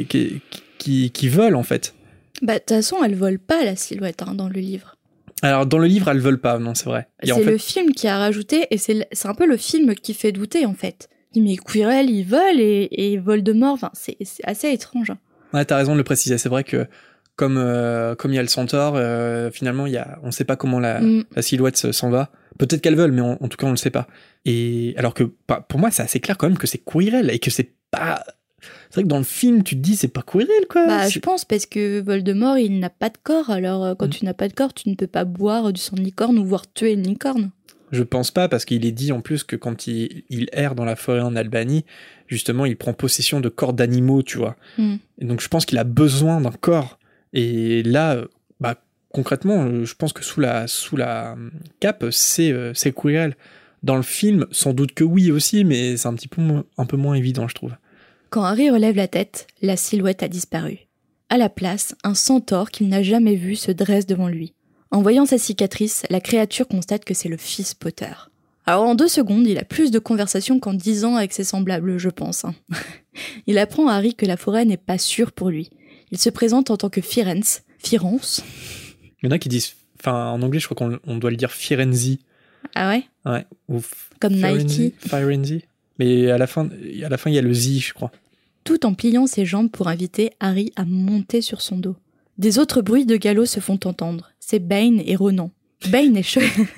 qui vole en fait. Bah de toute façon elle vole pas la silhouette dans le livre. Alors, dans le livre, elles veulent pas, non, c'est vrai. C'est en fait... le film qui a rajouté, et c'est un peu le film qui fait douter, en fait. Il dit, mais Quirrell, il vole, et Voldemort, enfin, c'est assez étrange. Ouais, t'as raison de le préciser. C'est vrai que, comme il y a le centaure, finalement, on sait pas comment la silhouette s'en va. Peut-être qu'elles veulent, mais en tout cas, on le sait pas. Et alors que, pour moi, c'est assez clair quand même que c'est Quirrell, et que c'est pas... C'est vrai que dans le film, tu te dis, c'est pas Quirrell, quoi. Bah, je pense, parce que Voldemort, il n'a pas de corps. Alors, quand tu n'as pas de corps, tu ne peux pas boire du sang de licorne ou voir tuer une licorne. Je pense pas, parce qu'il est dit en plus que quand il erre dans la forêt en Albanie, justement, il prend possession de corps d'animaux, tu vois. Et donc, je pense qu'il a besoin d'un corps. Et là, bah, concrètement, je pense que sous la cape, c'est Quirrell. Dans le film, sans doute que oui aussi, mais c'est un peu moins évident, je trouve. Quand Harry relève la tête, la silhouette a disparu. À la place, un centaure qu'il n'a jamais vu se dresse devant lui. En voyant sa cicatrice, la créature constate que c'est le fils Potter. Alors en 2 secondes, il a plus de conversation qu'en 10 ans avec ses semblables, je pense. Il apprend à Harry que la forêt n'est pas sûre pour lui. Il se présente en tant que Firence. Firence. Il y en a qui disent... Enfin, en anglais, je crois qu'on doit le dire Firenze. Ah ouais? Ouais. Ou comme Nike. Firenze. Mais à la fin, il y a le Z, je crois. Tout en pliant ses jambes pour inviter Harry à monter sur son dos. Des autres bruits de galop se font entendre. C'est Bane et Ronan. Bane est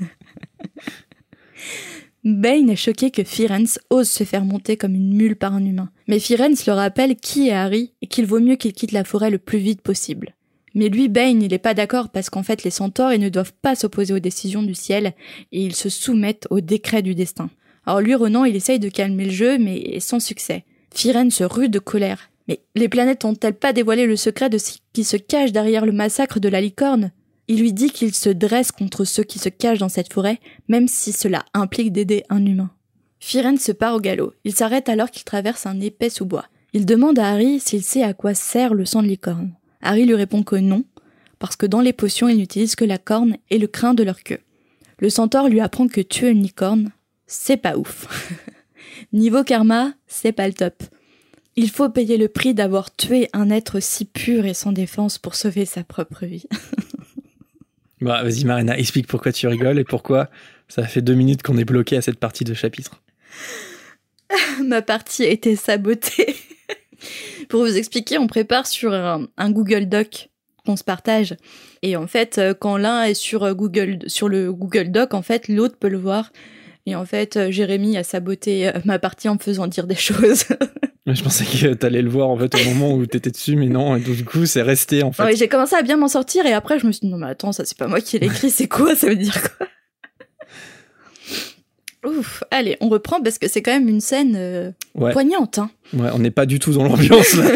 choqué que Firence ose se faire monter comme une mule par un humain. Mais Firence le rappelle qui est Harry et qu'il vaut mieux qu'il quitte la forêt le plus vite possible. Mais lui, Bane, il est pas d'accord parce qu'en fait, les centaures, ils ne doivent pas s'opposer aux décisions du ciel et ils se soumettent au décret du destin. Alors lui, Ronan, il essaye de calmer le jeu, mais sans succès. Firence rue de colère. Mais les planètes ont-elles pas dévoilé le secret de ce qui se cache derrière le massacre de la licorne ? Il lui dit qu'il se dresse contre ceux qui se cachent dans cette forêt, même si cela implique d'aider un humain. Firence se part au galop. Il s'arrête alors qu'il traverse un épais sous-bois. Il demande à Harry s'il sait à quoi sert le sang de licorne. Harry lui répond que non, parce que dans les potions, ils n'utilisent que la corne et le crin de leur queue. Le centaure lui apprend que tuer une licorne, c'est pas ouf. Niveau karma, c'est pas le top. Il faut payer le prix d'avoir tué un être si pur et sans défense pour sauver sa propre vie. Bah, vas-y Marina, explique pourquoi tu rigoles et pourquoi ça fait 2 minutes qu'on est bloqué à cette partie de chapitre. Ma partie a été sabotée. Pour vous expliquer, on prépare sur un Google Doc qu'on se partage. Et en fait, quand l'un est sur le Google Doc, en fait, l'autre peut le voir. Et en fait, Jérémy a saboté ma partie en me faisant dire des choses. Je pensais que t'allais le voir en fait au moment où t'étais dessus, mais non, et donc, du coup, c'est resté en fait. Ouais, j'ai commencé à bien m'en sortir et après, je me suis dit, non mais attends, ça c'est pas moi qui l'ai écrit, c'est quoi? Ça veut dire quoi? Ouf, allez, on reprend parce que c'est quand même une scène poignante. Hein. Ouais, on n'est pas du tout dans l'ambiance là.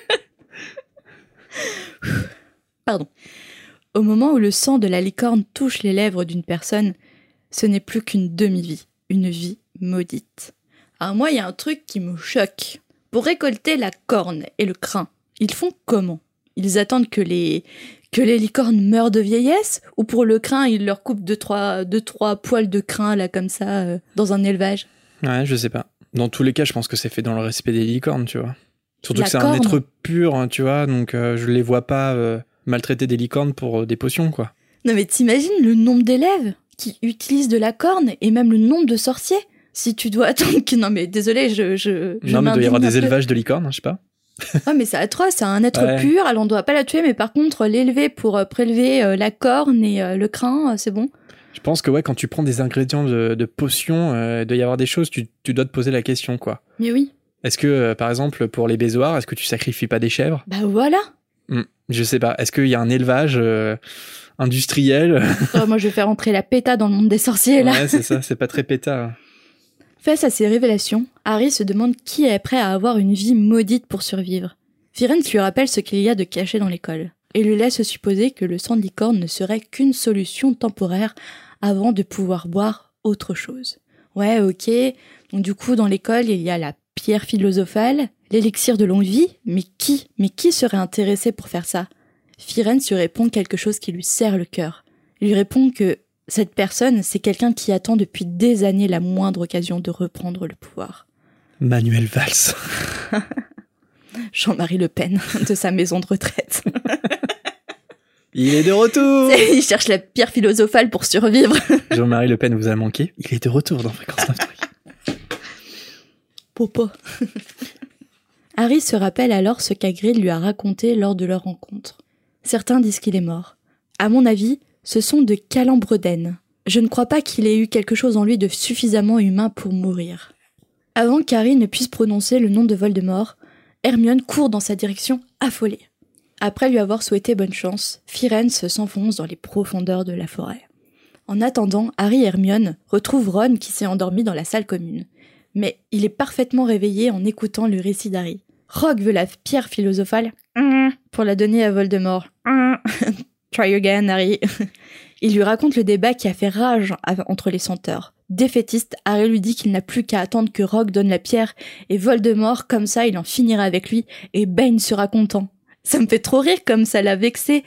Pardon. Au moment où le sang de la licorne touche les lèvres d'une personne, ce n'est plus qu'une demi-vie, une vie maudite. Alors moi, il y a un truc qui me choque. Pour récolter la corne et le crin, ils font comment? Ils attendent que les licornes meurent de vieillesse? Ou pour le crin, ils leur coupent 2-3 poils de crin, là, comme ça, dans un élevage? Ouais, je sais pas. Dans tous les cas, je pense que c'est fait dans le respect des licornes, tu vois. Surtout que c'est corne. un être pur, hein, tu vois, donc je les vois pas maltraiter des licornes pour des potions, quoi. Non mais t'imagines le nombre d'élèves qui utilisent de la corne et même le nombre de sorciers? Si tu dois attendre que... Non mais désolé, non mais il doit y avoir des élevages de licornes, je sais pas. Ouais mais c'est atroce, c'est un être pur, alors on doit pas la tuer, mais par contre l'élever pour prélever la corne et le crin, c'est bon. Je pense que ouais, quand tu prends des ingrédients de potions, il doit y avoir des choses, tu dois te poser la question, quoi. Mais oui. Est-ce que, par exemple, pour les bézoars, est-ce que tu sacrifies pas des chèvres? Bah voilà. Je sais pas. Est-ce qu'il y a un élevage industriel? Moi, je vais faire entrer la péta dans le monde des sorciers, là. Ouais, c'est ça, c'est pas très péta. Face à ces révélations, Harry se demande qui est prêt à avoir une vie maudite pour survivre. Firence lui rappelle ce qu'il y a de caché dans l'école. et lui laisse supposer que le sang de licorne ne serait qu'une solution temporaire avant de pouvoir boire autre chose. Ouais, ok. Donc du coup, dans l'école, il y a la pierre philosophale, l'élixir de longue vie. Mais qui serait intéressé pour faire ça? Firenze lui répond quelque chose qui lui serre le cœur. Il lui répond que cette personne, c'est quelqu'un qui attend depuis des années la moindre occasion de reprendre le pouvoir. Manuel Valls. Jean-Marie Le Pen, de sa maison de retraite. Il est de retour. Il cherche la pierre philosophale pour survivre. Jean-Marie Le Pen vous a manqué. Il est de retour dans Fréquence 9.3. Popo. Harry se rappelle alors ce qu'Hagrid lui a raconté lors de leur rencontre. Certains disent qu'il est mort. À mon avis, ce sont de calembres d'aine. Je ne crois pas qu'il ait eu quelque chose en lui de suffisamment humain pour mourir. Avant qu'Harry ne puisse prononcer le nom de Voldemort, Hermione court dans sa direction, affolée. Après lui avoir souhaité bonne chance, Firenze s'enfonce dans les profondeurs de la forêt. En attendant, Harry et Hermione retrouvent Ron qui s'est endormi dans la salle commune. Mais il est parfaitement réveillé en écoutant le récit d'Harry. Rogue veut la pierre philosophale pour la donner à Voldemort. Try again, Harry. Il lui raconte le débat qui a fait rage entre les Centaures. Défaitiste, Harry lui dit qu'il n'a plus qu'à attendre que Rogue donne la pierre et Voldemort, comme ça il en finira avec lui et Bane sera content. Ça me fait trop rire comme ça l'a vexé,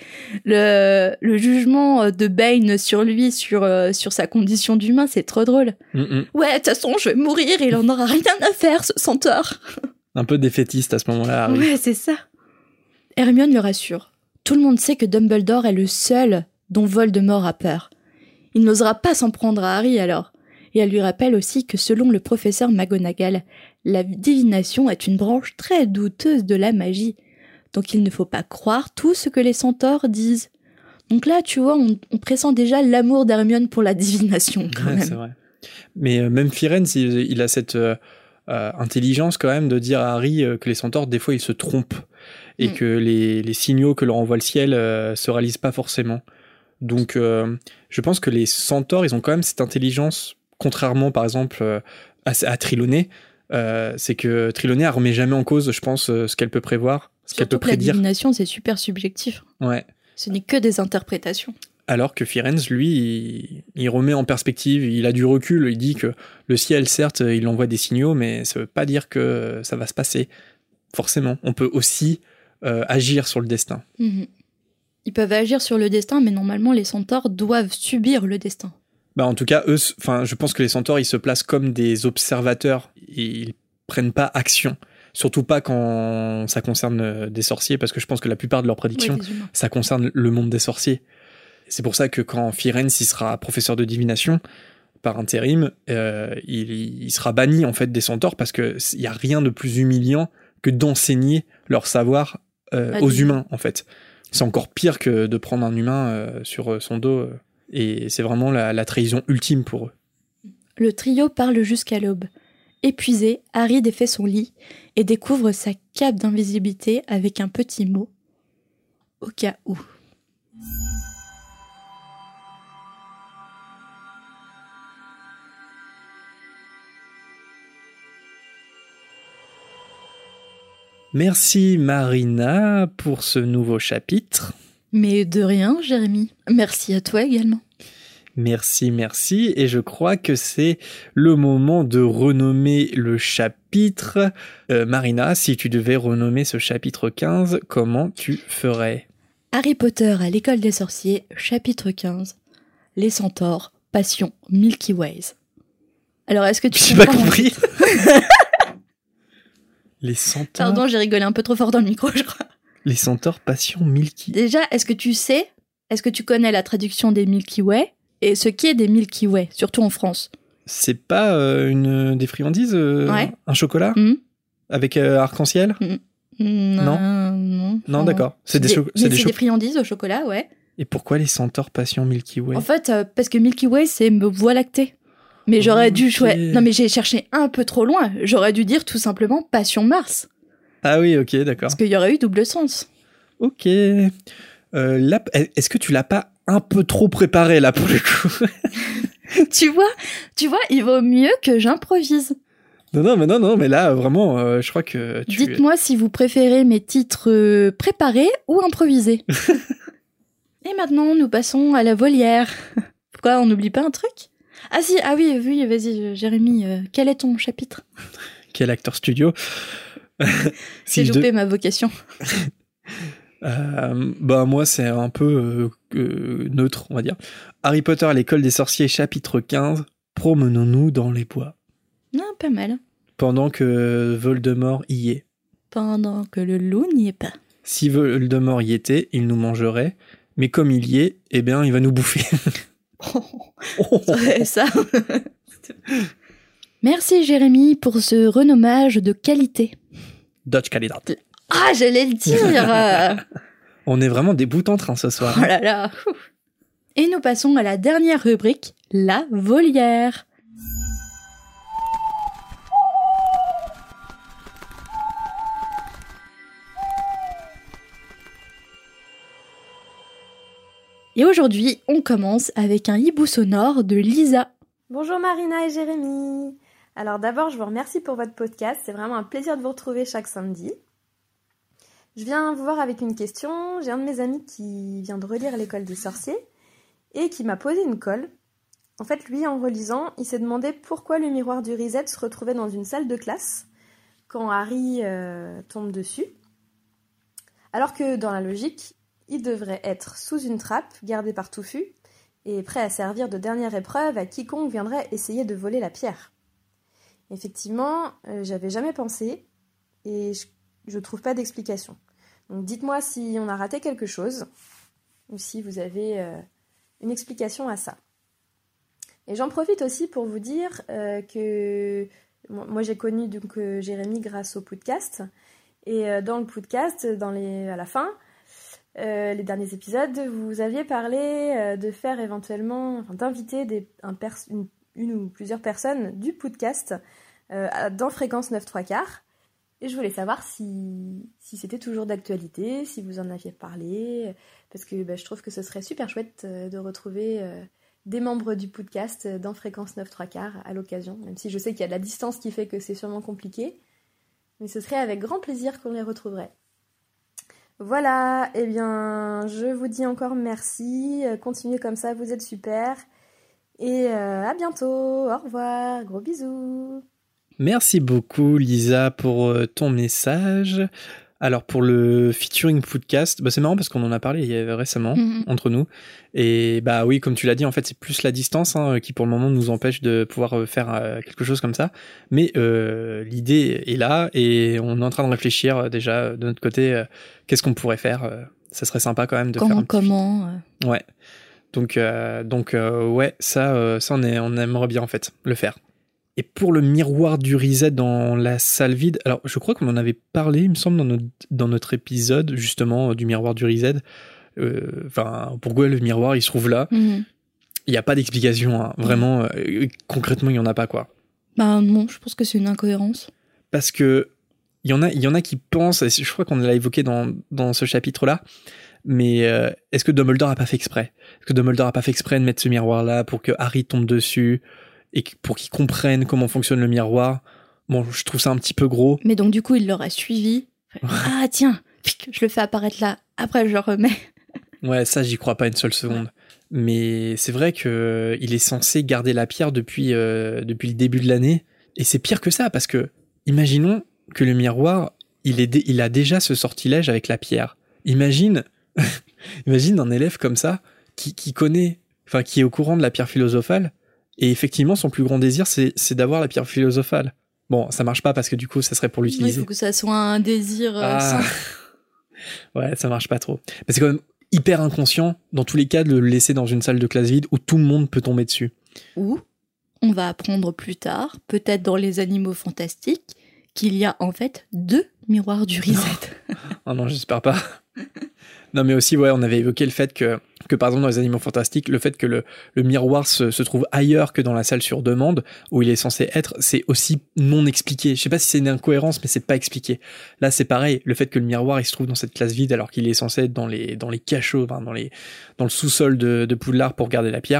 le jugement de Bane sur lui, sur sa condition d'humain, c'est trop drôle. Ouais, de toute façon, je vais mourir, il en aura rien à faire, ce centaure. Un peu défaitiste à ce moment-là, Harry. Ouais, c'est ça. Hermione le rassure. Tout le monde sait que Dumbledore est le seul dont Voldemort a peur. Il n'osera pas s'en prendre à Harry alors. Et elle lui rappelle aussi que selon le professeur McGonagall, la divination est une branche très douteuse de la magie. Donc il ne faut pas croire tout ce que les centaures disent. Donc là, tu vois, on pressent déjà l'amour d'Hermione pour la divination, quand même. C'est vrai. Mais même Firenze, il a cette intelligence quand même de dire à Harry que les centaures, des fois, ils se trompent. Et que les signaux que leur envoie le ciel se réalisent pas forcément. Donc je pense que les centaures, ils ont quand même cette intelligence, contrairement par exemple à Trelawney. C'est que Trelawney, elle remet jamais en cause, je pense, ce qu'elle peut prévoir, ce qu'elle peut prédire. La divination, c'est super subjectif. Ouais. Ce n'est que des interprétations. Alors que Firenze, lui, il remet en perspective, il a du recul, il dit que le ciel, certes, il envoie des signaux, mais ça veut pas dire que ça va se passer. Forcément, on peut aussi agir sur le destin. Ils peuvent agir sur le destin, mais normalement, les centaures doivent subir le destin. Bah en tout cas, eux, je pense que les centaures, ils se placent comme des observateurs. Ils prennent pas action. Surtout pas quand ça concerne des sorciers, parce que je pense que la plupart de leurs prédictions, ça concerne le monde des sorciers. C'est pour ça que quand Firenze, il sera professeur de divination, par intérim, il sera banni en fait des centaures, parce qu'il n'y a rien de plus humiliant que d'enseigner leur savoir aux humains, en fait. C'est encore pire que de prendre un humain sur son dos, et c'est vraiment la trahison ultime pour eux. Le trio parle jusqu'à l'aube. Épuisé, Harry défait son lit et découvre sa cape d'invisibilité avec un petit mot. Au cas où. Merci Marina pour ce nouveau chapitre. Mais de rien, Jérémy. Merci à toi également. Merci. Et je crois que c'est le moment de renommer le chapitre. Marina, si tu devais renommer ce chapitre 15, comment tu ferais ? Harry Potter à l'école des sorciers, chapitre 15. Les centaures, passion Milky Ways. Alors, est-ce que tu J'ai pas compris. Les centaures... Pardon, j'ai rigolé un peu trop fort dans le micro, je crois. Les centaures, passion Milky... Déjà, est-ce que tu connais la traduction des Milky Way et ce qui est des Milky Way, surtout en France? C'est pas des friandises ouais. Un chocolat avec arc-en-ciel Non, d'accord. C'est des friandises au chocolat, ouais. Et pourquoi les centaures passion Milky Way? En fait, parce que Milky Way, c'est voie lactée. Mais j'aurais dû... Non, mais j'ai cherché un peu trop loin. J'aurais dû dire tout simplement passion Mars. Ah oui, ok, d'accord. Parce qu'il y aurait eu double sens. Ok. Là, est-ce que tu l'as pas un peu trop préparé, là, pour le coup? Tu vois, il vaut mieux que j'improvise. Non, mais là, vraiment, je crois que Dites-moi si vous préférez mes titres préparés ou improvisés. Et maintenant, nous passons à la volière. Pourquoi, on n'oublie pas un truc? Ah si, ah oui, vas-y, Jérémy, quel est ton chapitre? Quel acteur studio? J'ai loupé ma vocation. Moi, c'est un peu neutre, on va dire. Harry Potter à l'école des sorciers, chapitre 15. Promenons-nous dans les bois. Non, pas mal. Pendant que Voldemort y est. Pendant que le loup n'y est pas. Si Voldemort y était, il nous mangerait. Mais comme il y est, eh bien, il va nous bouffer. Ça. Merci Jérémy pour ce renommage de qualité. Dodge qualité. Ah, j'allais le dire. On est vraiment des bouts en train ce soir. Oh là là. Et nous passons à la dernière rubrique, la volière. Et aujourd'hui, on commence avec un hibou sonore de Lisa. Bonjour Marina et Jérémy. Alors d'abord, je vous remercie pour votre podcast. C'est vraiment un plaisir de vous retrouver chaque samedi. Je viens vous voir avec une question. J'ai un de mes amis qui vient de relire l'École des sorciers et qui m'a posé une colle. En fait, lui, en relisant, il s'est demandé pourquoi le miroir du Reset se retrouvait dans une salle de classe quand Harry tombe dessus. Alors que dans la logique, il devrait être sous une trappe, gardé par Touffu, et prêt à servir de dernière épreuve à quiconque viendrait essayer de voler la pierre. Effectivement, j'avais jamais pensé, et je trouve pas d'explication. Donc dites-moi si on a raté quelque chose, ou si vous avez une explication à ça. Et j'en profite aussi pour vous dire que moi j'ai connu donc Jérémy grâce au podcast, et dans le podcast, à la fin, les derniers épisodes, vous aviez parlé de faire éventuellement, d'inviter une ou plusieurs personnes du podcast dans Fréquence 9 3/4. Et je voulais savoir si c'était toujours d'actualité, si vous en aviez parlé, parce que je trouve que ce serait super chouette de retrouver des membres du podcast dans Fréquence 9 3/4 à l'occasion, même si je sais qu'il y a de la distance qui fait que c'est sûrement compliqué, mais ce serait avec grand plaisir qu'on les retrouverait. Voilà, eh bien, je vous dis encore merci, continuez comme ça, vous êtes super, et à bientôt, au revoir, gros bisous. Merci beaucoup Lisa pour ton message. Alors pour le featuring podcast, c'est marrant parce qu'on en a parlé récemment entre nous. Et oui, comme tu l'as dit, en fait c'est plus la distance qui pour le moment nous empêche de pouvoir faire quelque chose comme ça. Mais l'idée est là et on est en train de réfléchir déjà de notre côté. Qu'est-ce qu'on pourrait faire ça serait sympa quand même de faire un petit Ouais. Donc ouais, ça on aimerait bien en fait le faire. Et pour le miroir du Reset dans la salle vide, alors je crois qu'on en avait parlé, il me semble, dans notre épisode, justement, du miroir du Reset. Pourquoi le miroir, il se trouve là. Il n'y a pas d'explication, vraiment, concrètement, il n'y en a pas, quoi. Non, je pense que c'est une incohérence. Parce que il y en a qui pensent, et je crois qu'on l'a évoqué dans ce chapitre-là, mais est-ce que Dumbledore n'a pas fait exprès ? Est-ce que Dumbledore n'a pas fait exprès de mettre ce miroir-là pour que Harry tombe dessus ? Et pour qu'ils comprennent comment fonctionne le miroir. Bon, je trouve ça un petit peu gros. Mais donc du coup, il l'aurait suivi. Ah tiens, je le fais apparaître là. Après, je le remets. Ouais, ça, j'y crois pas une seule seconde. Mais c'est vrai que il est censé garder la pierre depuis le début de l'année. Et c'est pire que ça, parce que imaginons que le miroir, il a déjà ce sortilège avec la pierre. Imagine un élève comme ça, qui connaît, qui est au courant de la pierre philosophale. Et effectivement, son plus grand désir, c'est d'avoir la pierre philosophale. Bon, ça marche pas parce que du coup, ça serait pour l'utiliser. Il faut que ça soit un désir sans... Ouais, ça marche pas trop. Mais c'est quand même hyper inconscient, dans tous les cas, de le laisser dans une salle de classe vide où tout le monde peut tomber dessus. Ou, on va apprendre plus tard, peut-être dans Les Animaux Fantastiques, qu'il y a en fait 2 miroirs du Reset. Oh non, j'espère pas. Non, mais aussi, ouais, on avait évoqué le fait que par exemple dans Les Animaux Fantastiques, le fait que le miroir se trouve ailleurs que dans la salle sur demande, où il est censé être, c'est aussi non expliqué. Je sais pas si c'est une incohérence, mais c'est pas expliqué. Là, c'est pareil, le fait que le miroir, il se trouve dans cette classe vide, alors qu'il est censé être dans les cachots, dans le sous-sol de Poudlard pour garder la pierre,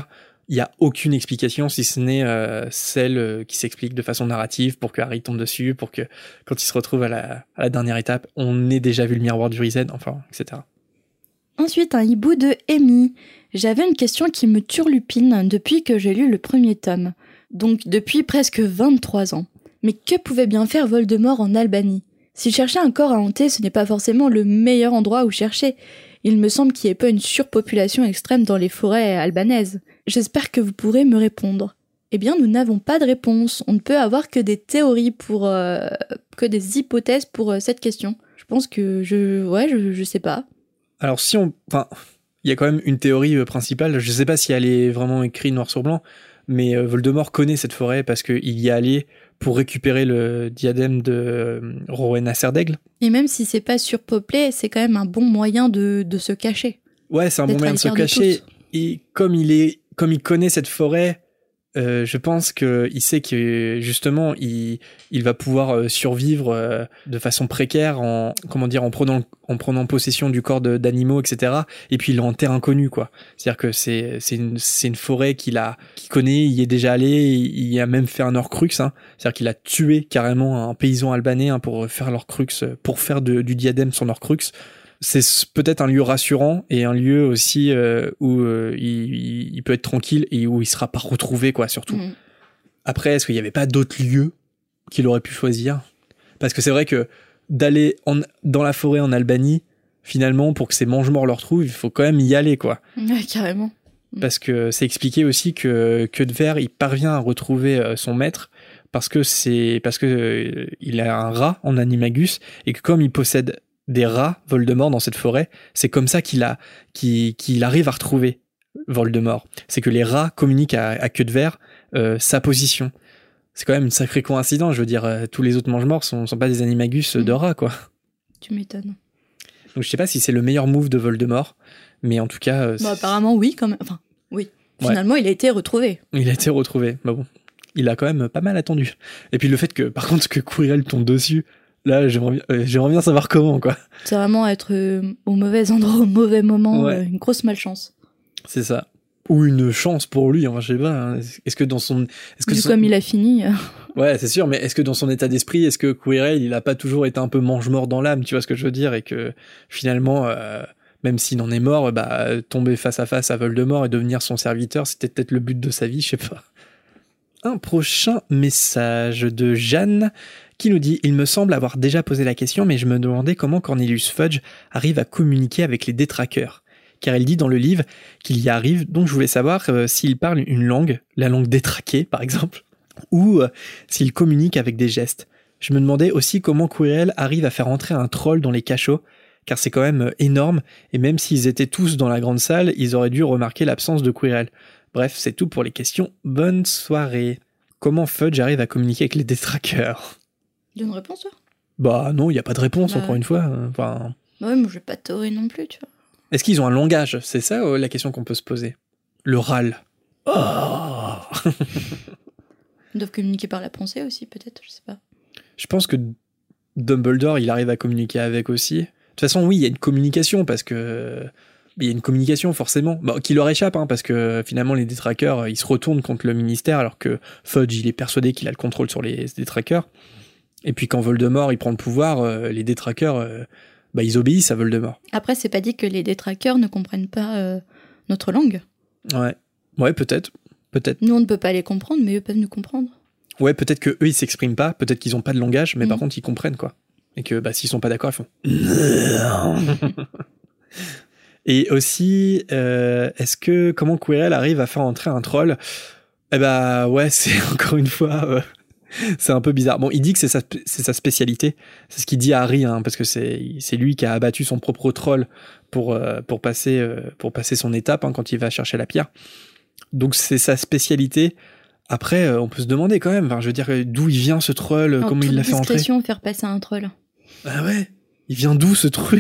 il n'y a aucune explication si ce n'est celle qui s'explique de façon narrative pour que Harry tombe dessus, pour que quand il se retrouve à la dernière étape, on ait déjà vu le miroir du Rizen, enfin, etc. Ensuite, un hibou de Amy. J'avais une question qui me turlupine depuis que j'ai lu le premier tome. Donc depuis presque 23 ans. Mais que pouvait bien faire Voldemort en Albanie ? S'il cherchait un corps à hanter, ce n'est pas forcément le meilleur endroit où chercher. Il me semble qu'il n'y ait pas une surpopulation extrême dans les forêts albanaises. J'espère que vous pourrez me répondre. Eh bien, nous n'avons pas de réponse. On ne peut avoir que des théories que des hypothèses pour cette question. Je pense que je sais pas. Alors il y a quand même une théorie principale. Je sais pas si elle est vraiment écrite noir sur blanc, mais Voldemort connaît cette forêt parce qu'il y est allé pour récupérer le diadème de Rowena Serdaigle. Et même si c'est pas surpeuplé, c'est quand même un bon moyen de se cacher. Ouais, c'est un bon moyen de se cacher. Et comme il connaît cette forêt, je pense qu'il sait que justement il va pouvoir survivre de façon précaire en prenant possession du corps d'animaux, etc. Et puis il est en terre inconnue, quoi. C'est-à-dire que c'est une forêt qu'il connaît, il y est déjà allé, il a même fait un Horcrux, hein. C'est-à-dire qu'il a tué carrément un paysan albanais, hein, pour faire l'Horcrux, pour faire du diadème son Horcrux. C'est peut-être un lieu rassurant et un lieu aussi où il peut être tranquille et où il sera pas retrouvé, quoi, surtout. Après, est-ce qu'il y avait pas d'autres lieux qu'il aurait pu choisir ? Parce que c'est vrai que d'aller dans la forêt en Albanie, finalement, pour que ces mange-morts le retrouvent, il faut quand même y aller, quoi. Ouais, carrément. Parce que c'est expliqué aussi que Queudver, il parvient à retrouver son maître parce que il a un rat en animagus et que comme il possède des rats Voldemort dans cette forêt, c'est comme ça qu'il arrive à retrouver Voldemort. C'est que les rats communiquent à Queudver sa position. C'est quand même une sacrée coïncidence, je veux dire, tous les autres mange-morts sont pas des animagus de rats, quoi. Tu m'étonnes. Donc je sais pas si c'est le meilleur move de Voldemort, mais en tout cas... apparemment oui, quand même. Enfin, oui. Finalement, il a été retrouvé. Il a été retrouvé, bah bon. Il a quand même pas mal attendu. Et puis le fait que, par contre, que Quirrell tombe dessus, là, j'aimerais bien savoir comment, quoi. C'est vraiment être au mauvais endroit, au mauvais moment, ouais. Une grosse malchance. C'est ça. Ou une chance pour lui, enfin, je sais pas. Hein. Est-ce que dans son... Comme il a fini... Ouais, c'est sûr, mais est-ce que dans son état d'esprit, est-ce que Quirrell, il a pas toujours été un peu mange-mort dans l'âme, tu vois ce que je veux dire, et que finalement, même s'il en est mort, tomber face à face à Voldemort et devenir son serviteur, c'était peut-être le but de sa vie, je sais pas. Un prochain message de Jeanne qui nous dit « Il me semble avoir déjà posé la question, mais je me demandais comment Cornelius Fudge arrive à communiquer avec les détraqueurs. Car elle dit dans le livre qu'il y arrive, donc je voulais savoir s'il parle une langue, la langue détraquée par exemple, ou s'il communique avec des gestes. Je me demandais aussi comment Quirrell arrive à faire entrer un troll dans les cachots, car c'est quand même énorme, et même s'ils étaient tous dans la grande salle, ils auraient dû remarquer l'absence de Quirrell. Bref, c'est tout pour les questions. Bonne soirée. Comment Fudge arrive à communiquer avec les détraqueurs ? Il y a une réponse, toi ? Bah non, il n'y a pas de réponse, encore une fois. Enfin... Ouais, mais j'ai pas de théorie non plus, tu vois. Est-ce qu'ils ont un langage ? C'est ça la question qu'on peut se poser. Le râle. Oh. Ils doivent communiquer par la pensée aussi, peut-être, je sais pas. Je pense que Dumbledore, il arrive à communiquer avec aussi. De toute façon, oui, il y a une communication, parce que... Il y a une communication, forcément, qui leur échappe, hein, parce que finalement, les détraqueurs, ils se retournent contre le ministère, alors que Fudge, il est persuadé qu'il a le contrôle sur les détraqueurs. Et puis quand Voldemort, il prend le pouvoir, les détraqueurs, ils obéissent à Voldemort. Après, c'est pas dit que les détraqueurs ne comprennent pas notre langue. Ouais, peut-être. Nous, on ne peut pas les comprendre, mais eux peuvent nous comprendre. Ouais, peut-être que eux ils s'expriment pas, peut-être qu'ils ont pas de langage, mais par contre, ils comprennent, quoi. Et que, s'ils sont pas d'accord, ils font... Et aussi, comment Quirrell arrive à faire entrer un troll ? Ouais, c'est encore une fois, c'est un peu bizarre. Bon, il dit que c'est sa spécialité. C'est ce qu'il dit à Harry, hein, parce que c'est lui qui a abattu son propre troll pour passer son étape, hein, quand il va chercher la pierre. Donc c'est sa spécialité. Après, on peut se demander quand même, enfin, je veux dire, d'où il vient ce troll, comment il l'a fait entrer. Faire passer un troll. Ah ouais, il vient d'où ce truc ?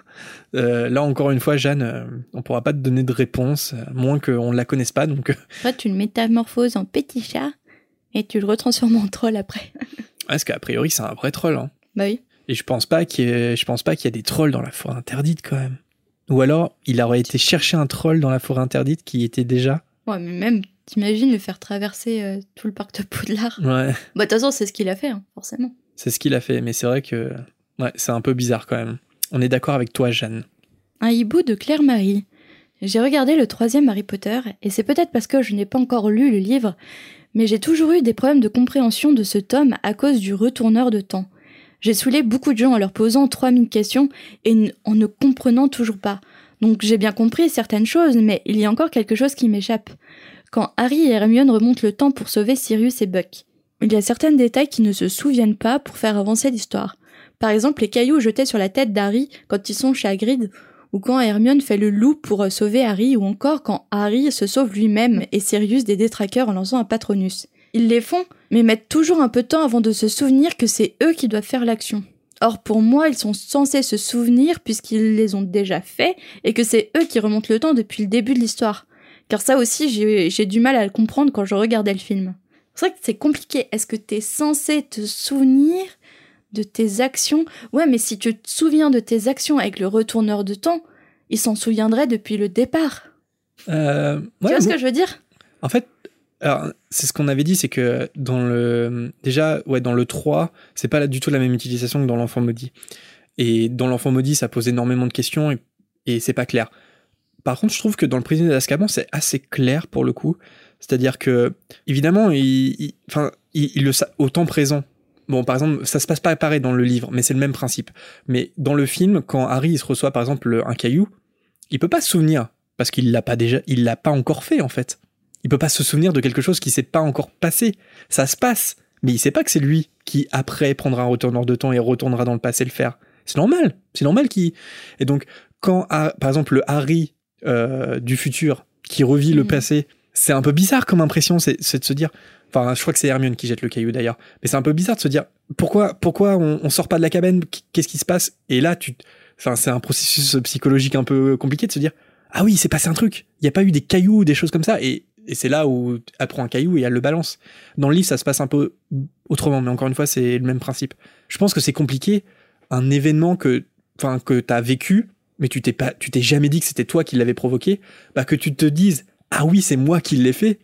Là encore une fois, Jeanne, on pourra pas te donner de réponse, moins qu'on la connaisse pas. Donc après, tu le métamorphoses en petit chat et tu le retransformes en troll après. Parce qu'a priori, c'est un vrai troll. Hein. Bah oui. Et je pense pas qu'il y a des trolls dans la forêt interdite quand même. Ou alors, il aurait été chercher un troll dans la forêt interdite qui était déjà. Ouais, mais même, t'imagines le faire traverser tout le parc de Poudlard. Ouais. Bah, de toute façon, c'est ce qu'il a fait, hein, forcément. C'est ce qu'il a fait, mais c'est vrai que ouais, c'est un peu bizarre quand même. On est d'accord avec toi, Jeanne. Un hibou de Claire-Marie. J'ai regardé le 3e Harry Potter, et c'est peut-être parce que je n'ai pas encore lu le livre, mais j'ai toujours eu des problèmes de compréhension de ce tome à cause du retourneur de temps. J'ai saoulé beaucoup de gens en leur posant 3000 questions et en ne comprenant toujours pas. Donc j'ai bien compris certaines choses, mais il y a encore quelque chose qui m'échappe. Quand Harry et Hermione remontent le temps pour sauver Sirius et Buck, il y a certains détails qui ne se souviennent pas pour faire avancer l'histoire. Par exemple, les cailloux jetés sur la tête d'Harry quand ils sont chez Hagrid, ou quand Hermione fait le loup pour sauver Harry, ou encore quand Harry se sauve lui-même et Sirius des détraqueurs en lançant un Patronus. Ils les font, mais mettent toujours un peu de temps avant de se souvenir que c'est eux qui doivent faire l'action. Or, pour moi, ils sont censés se souvenir puisqu'ils les ont déjà faits et que c'est eux qui remontent le temps depuis le début de l'histoire. Car ça aussi, j'ai du mal à le comprendre quand je regardais le film. C'est vrai que c'est compliqué. Est-ce que t'es censé te souvenir de tes actions? Ouais, mais si tu te souviens de tes actions avec le retourneur de temps, il s'en souviendrait depuis le départ. Ouais, tu vois ce que je veux dire? En fait, alors, c'est ce qu'on avait dit, c'est que dans le... Déjà, ouais, dans le 3, c'est pas du tout la même utilisation que dans l'Enfant Maudit. Et dans l'Enfant Maudit, ça pose énormément de questions et c'est pas clair. Par contre, je trouve que dans le Prisonnier d'Azkaban, c'est assez clair pour le coup. C'est-à-dire que, évidemment, il le au temps présent. Bon, par exemple, ça se passe pas pareil dans le livre, mais c'est le même principe. Mais dans le film, quand Harry il se reçoit par exemple un caillou, il peut pas se souvenir parce qu'il l'a pas encore fait en fait. Il peut pas se souvenir de quelque chose qui s'est pas encore passé. Ça se passe, mais il sait pas que c'est lui qui après prendra un retourneur de temps et retournera dans le passé le faire. C'est normal qu'il. Et donc quand par exemple le Harry du futur qui revit le passé, c'est un peu bizarre comme impression, c'est de se dire. Enfin, je crois que c'est Hermione qui jette le caillou d'ailleurs. Mais c'est un peu bizarre de se dire pourquoi on sort pas de la cabane, qu'est-ce qui se passe? Et là, c'est un processus psychologique un peu compliqué de se dire ah oui, il s'est passé un truc. Il y a pas eu des cailloux, des choses comme ça. Et c'est là où elle prend un caillou et elle le balance. Dans le livre, ça se passe un peu autrement, mais encore une fois, c'est le même principe. Je pense que c'est compliqué un événement que t'as vécu, mais tu t'es jamais dit que c'était toi qui l'avais provoqué, bah que tu te dises ah oui, c'est moi qui l'ai fait.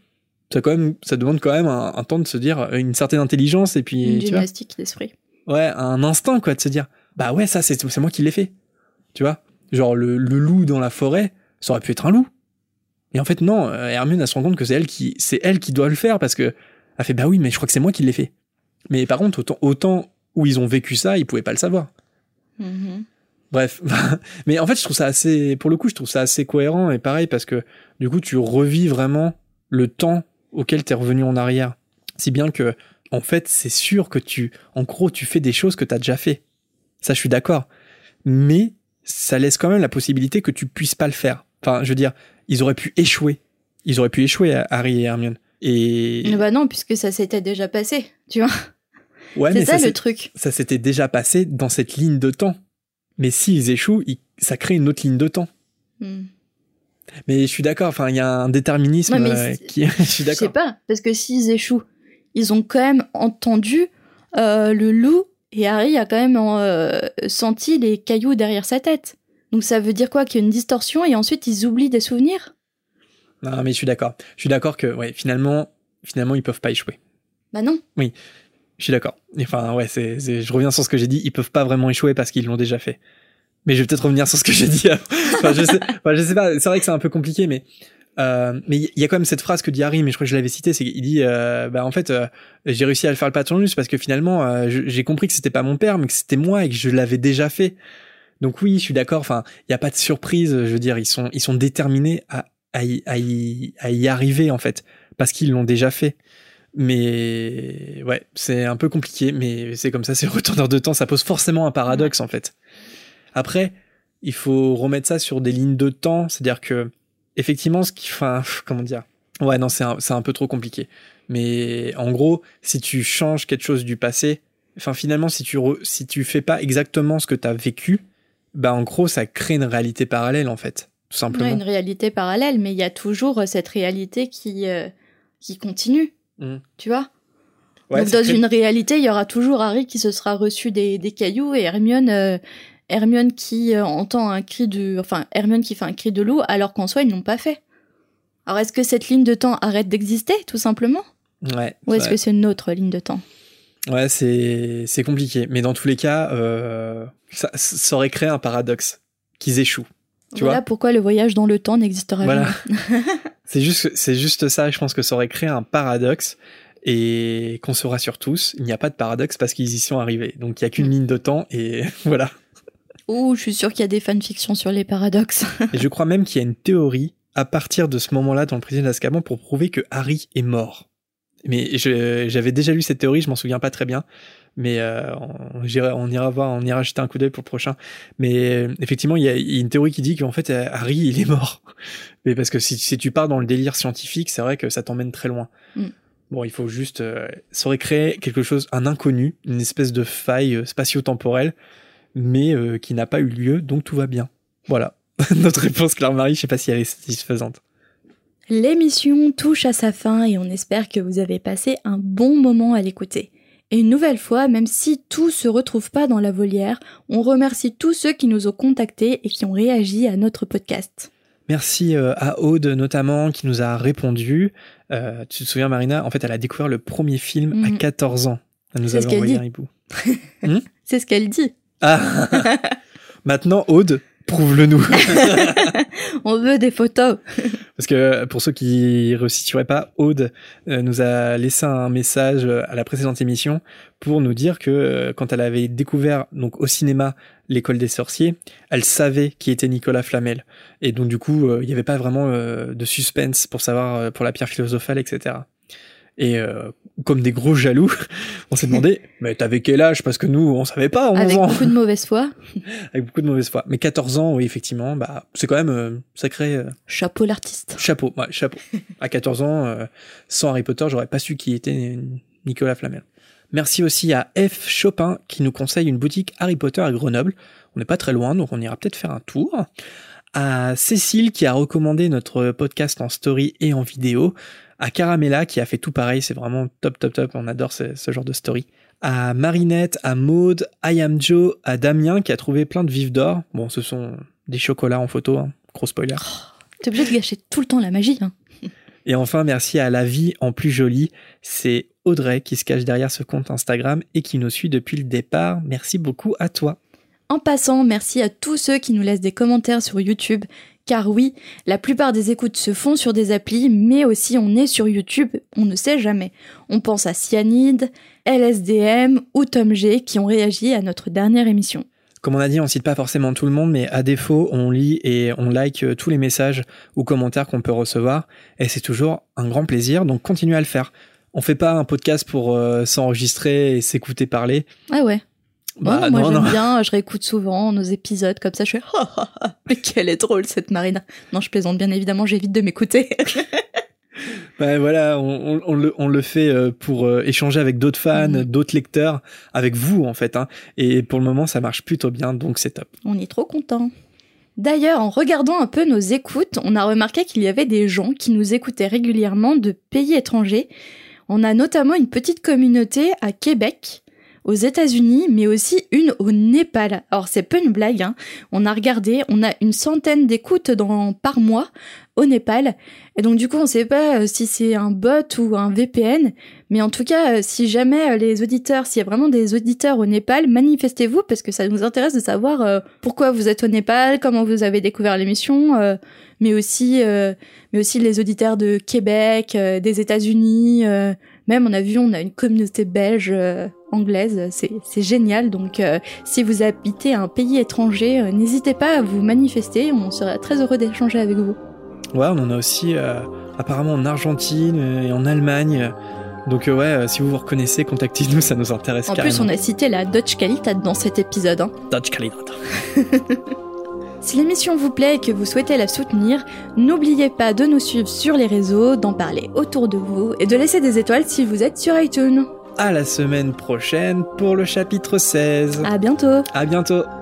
Ça demande quand même un temps de se dire une certaine intelligence et puis une gymnastique d'esprit. Ouais, un instinct quoi de se dire bah ouais ça c'est moi qui l'ai fait. Tu vois, genre le loup dans la forêt, ça aurait pu être un loup. Et en fait non, Hermione elle se rend compte que c'est elle qui doit le faire parce que elle fait bah oui mais je crois que c'est moi qui l'ai fait. Mais par contre autant où ils ont vécu ça, ils pouvaient pas le savoir. Mm-hmm. Bref, mais en fait je trouve ça assez cohérent et pareil parce que du coup tu revis vraiment le temps auquel t'es revenu en arrière. Si bien que, en fait, c'est sûr que tu fais des choses que t'as déjà fait. Ça, je suis d'accord. Mais, ça laisse quand même la possibilité que tu puisses pas le faire. Enfin, je veux dire, ils auraient pu échouer. Harry et Hermione. Et... Bah non, puisque ça s'était déjà passé, tu vois. Ouais, c'est ça le truc. Ça s'était déjà passé dans cette ligne de temps. Mais s'ils échouent, ça crée une autre ligne de temps. Mais je suis d'accord, enfin, il y a un déterminisme qui... Je suis d'accord. Je sais pas, parce que s'ils échouent, ils ont quand même entendu le loup et Harry a quand même senti les cailloux derrière sa tête. Donc ça veut dire quoi? Qu'il y a une distorsion et ensuite ils oublient des souvenirs? Non, mais je suis d'accord. Je suis d'accord que, ouais, finalement, ils peuvent pas échouer. Bah non. Oui, je suis d'accord. Enfin, ouais, je reviens sur ce que j'ai dit, ils peuvent pas vraiment échouer parce qu'ils l'ont déjà fait. Mais je vais peut-être revenir sur ce que j'ai dit. Je sais pas. C'est vrai que c'est un peu compliqué, mais il y a quand même cette phrase que dit Harry, mais je crois que je l'avais citée, c'est qu'il dit, en fait, j'ai réussi à le faire le Patronus parce que finalement, j'ai compris que c'était pas mon père, mais que c'était moi et que je l'avais déjà fait. Donc oui, je suis d'accord. Enfin, il y a pas de surprise. Je veux dire, ils sont déterminés à y arriver en fait, parce qu'ils l'ont déjà fait. Mais ouais, c'est un peu compliqué, mais c'est comme ça, c'est le retourneur de temps, ça pose forcément un paradoxe en fait. Après, il faut remettre ça sur des lignes de temps, c'est-à-dire que effectivement, comment dire, ouais, non, c'est un peu trop compliqué. Mais en gros, si tu changes quelque chose du passé, enfin finalement, si tu fais pas exactement ce que t'as vécu, bah en gros, ça crée une réalité parallèle en fait, tout simplement. Ouais, une réalité parallèle, mais il y a toujours cette réalité qui continue, tu vois. Ouais, donc dans une réalité, il y aura toujours Harry qui se sera reçu des cailloux et Hermione qui entend Hermione qui fait un cri de loup alors qu'en soi ils n'ont pas fait. Alors est-ce que cette ligne de temps arrête d'exister, tout simplement ? Ouais. Ou est-ce que c'est une autre ligne de temps ? Ouais, c'est compliqué. Mais dans tous les cas, ça aurait créé un paradoxe qu'ils échouent. Tu voilà vois pourquoi le voyage dans le temps n'existera voilà. jamais. C'est juste ça, je pense que ça aurait créé un paradoxe et qu'on se rassure tous, il n'y a pas de paradoxe parce qu'ils y sont arrivés. Donc il n'y a qu'une ligne de temps et voilà. Je suis sûre qu'il y a des fanfictions sur les paradoxes. Et je crois même qu'il y a une théorie à partir de ce moment-là dans le prisonnier d'Azkaban pour prouver que Harry est mort. Mais j'avais déjà lu cette théorie, je m'en souviens pas très bien. Mais on ira voir, on ira jeter un coup d'œil pour le prochain. Mais effectivement, il y a une théorie qui dit qu'en fait Harry il est mort. Mais parce que si tu pars dans le délire scientifique, c'est vrai que ça t'emmène très loin. Bon, il faut juste, ça aurait créé quelque chose, un inconnu, une espèce de faille spatio-temporelle, mais qui n'a pas eu lieu, donc tout va bien. Voilà. Notre réponse, Claire-Marie, je sais pas si elle est satisfaisante. L'émission touche à sa fin et on espère que vous avez passé un bon moment à l'écouter. Et une nouvelle fois, même si tout se retrouve pas dans la volière, on remercie tous ceux qui nous ont contactés et qui ont réagi à notre podcast. Merci à Aude notamment qui nous a répondu. Tu te souviens Marina, en fait elle a découvert le premier film à 14 ans. Elle nous avait envoyé un hibou. C'est ce qu'elle dit. Ah. Maintenant Aude, prouve-le-nous. On veut des photos. Parce que pour ceux qui ne resitueraient pas, Aude nous a laissé un message à la précédente émission pour nous dire que quand elle avait découvert donc au cinéma L'école des sorciers, elle savait qui était Nicolas Flamel. Et donc du coup, il n'y avait pas vraiment de suspense pour savoir pour la pierre philosophale, etc. Et comme des gros jaloux, on s'est demandé, mais t'avais quel âge? Parce que nous, on savait pas. 11 Avec ans. beaucoup de mauvaise foi. Avec beaucoup de mauvaise foi. Mais 14 ans, oui, effectivement, bah, c'est quand même sacré. Chapeau l'artiste. Chapeau, ouais, chapeau. À 14 ans, sans Harry Potter, j'aurais pas su qui était Nicolas Flamel. Merci aussi à F. Chopin qui nous conseille une boutique Harry Potter à Grenoble. On n'est pas très loin, donc on ira peut-être faire un tour. À Cécile qui a recommandé notre podcast en story et en vidéo. À Caramella qui a fait tout pareil, c'est vraiment top, on adore ce genre de story. À Marinette, à Maude, à Am Joe, à Damien qui a trouvé plein de vifs d'or. Bon, ce sont des chocolats en photo, hein. Gros spoiler. T'es obligé de gâcher tout le temps la magie, hein. Et enfin, merci à La Vie en plus jolie. C'est Audrey qui se cache derrière ce compte Instagram et qui nous suit depuis le départ. Merci beaucoup à toi. En passant, merci à tous ceux qui nous laissent des commentaires sur YouTube. Car oui, la plupart des écoutes se font sur des applis, mais aussi on est sur YouTube, on ne sait jamais. On pense à Cyanide, LSDM ou Tom G qui ont réagi à notre dernière émission. Comme on a dit, on cite pas forcément tout le monde, mais à défaut, on lit et on like tous les messages ou commentaires qu'on peut recevoir. Et c'est toujours un grand plaisir, donc continuez à le faire. On fait pas un podcast pour s'enregistrer et s'écouter parler. Ah ouais. Bah, moi non, j'aime non. bien, je réécoute souvent nos épisodes, comme ça je fais mais quelle est drôle cette Marina. Non, je plaisante bien évidemment, j'évite de m'écouter. Ben voilà, on le fait pour échanger avec d'autres fans, d'autres lecteurs, avec vous en fait, hein. Et pour le moment, ça marche plutôt bien, donc c'est top. On est trop contents. D'ailleurs, en regardant un peu nos écoutes, on a remarqué qu'il y avait des gens qui nous écoutaient régulièrement de pays étrangers. On a notamment une petite communauté à Québec, aux États-Unis, mais aussi une au Népal. Alors c'est pas une blague, hein. On a regardé, on a une centaine d'écoutes par mois au Népal. Et donc du coup, on sait pas si c'est un bot ou un VPN, mais en tout cas, si jamais les auditeurs, s'il y a vraiment des auditeurs au Népal, manifestez-vous parce que ça nous intéresse de savoir pourquoi vous êtes au Népal, comment vous avez découvert l'émission, mais aussi les auditeurs de Québec, des États-Unis, même on a une communauté belge, anglaise, c'est génial. Donc si vous habitez un pays étranger, n'hésitez pas à vous manifester, on serait très heureux d'échanger avec vous. Ouais, on en a aussi apparemment en Argentine et en Allemagne. Donc ouais, si vous vous reconnaissez, contactez-nous, ça nous intéresse carrément. En plus, on a cité la Dutch Qualität dans cet épisode. Hein. Dutch Qualität. Si l'émission vous plaît et que vous souhaitez la soutenir, n'oubliez pas de nous suivre sur les réseaux, d'en parler autour de vous et de laisser des étoiles si vous êtes sur iTunes. À la semaine prochaine pour le chapitre 16. À bientôt. À bientôt.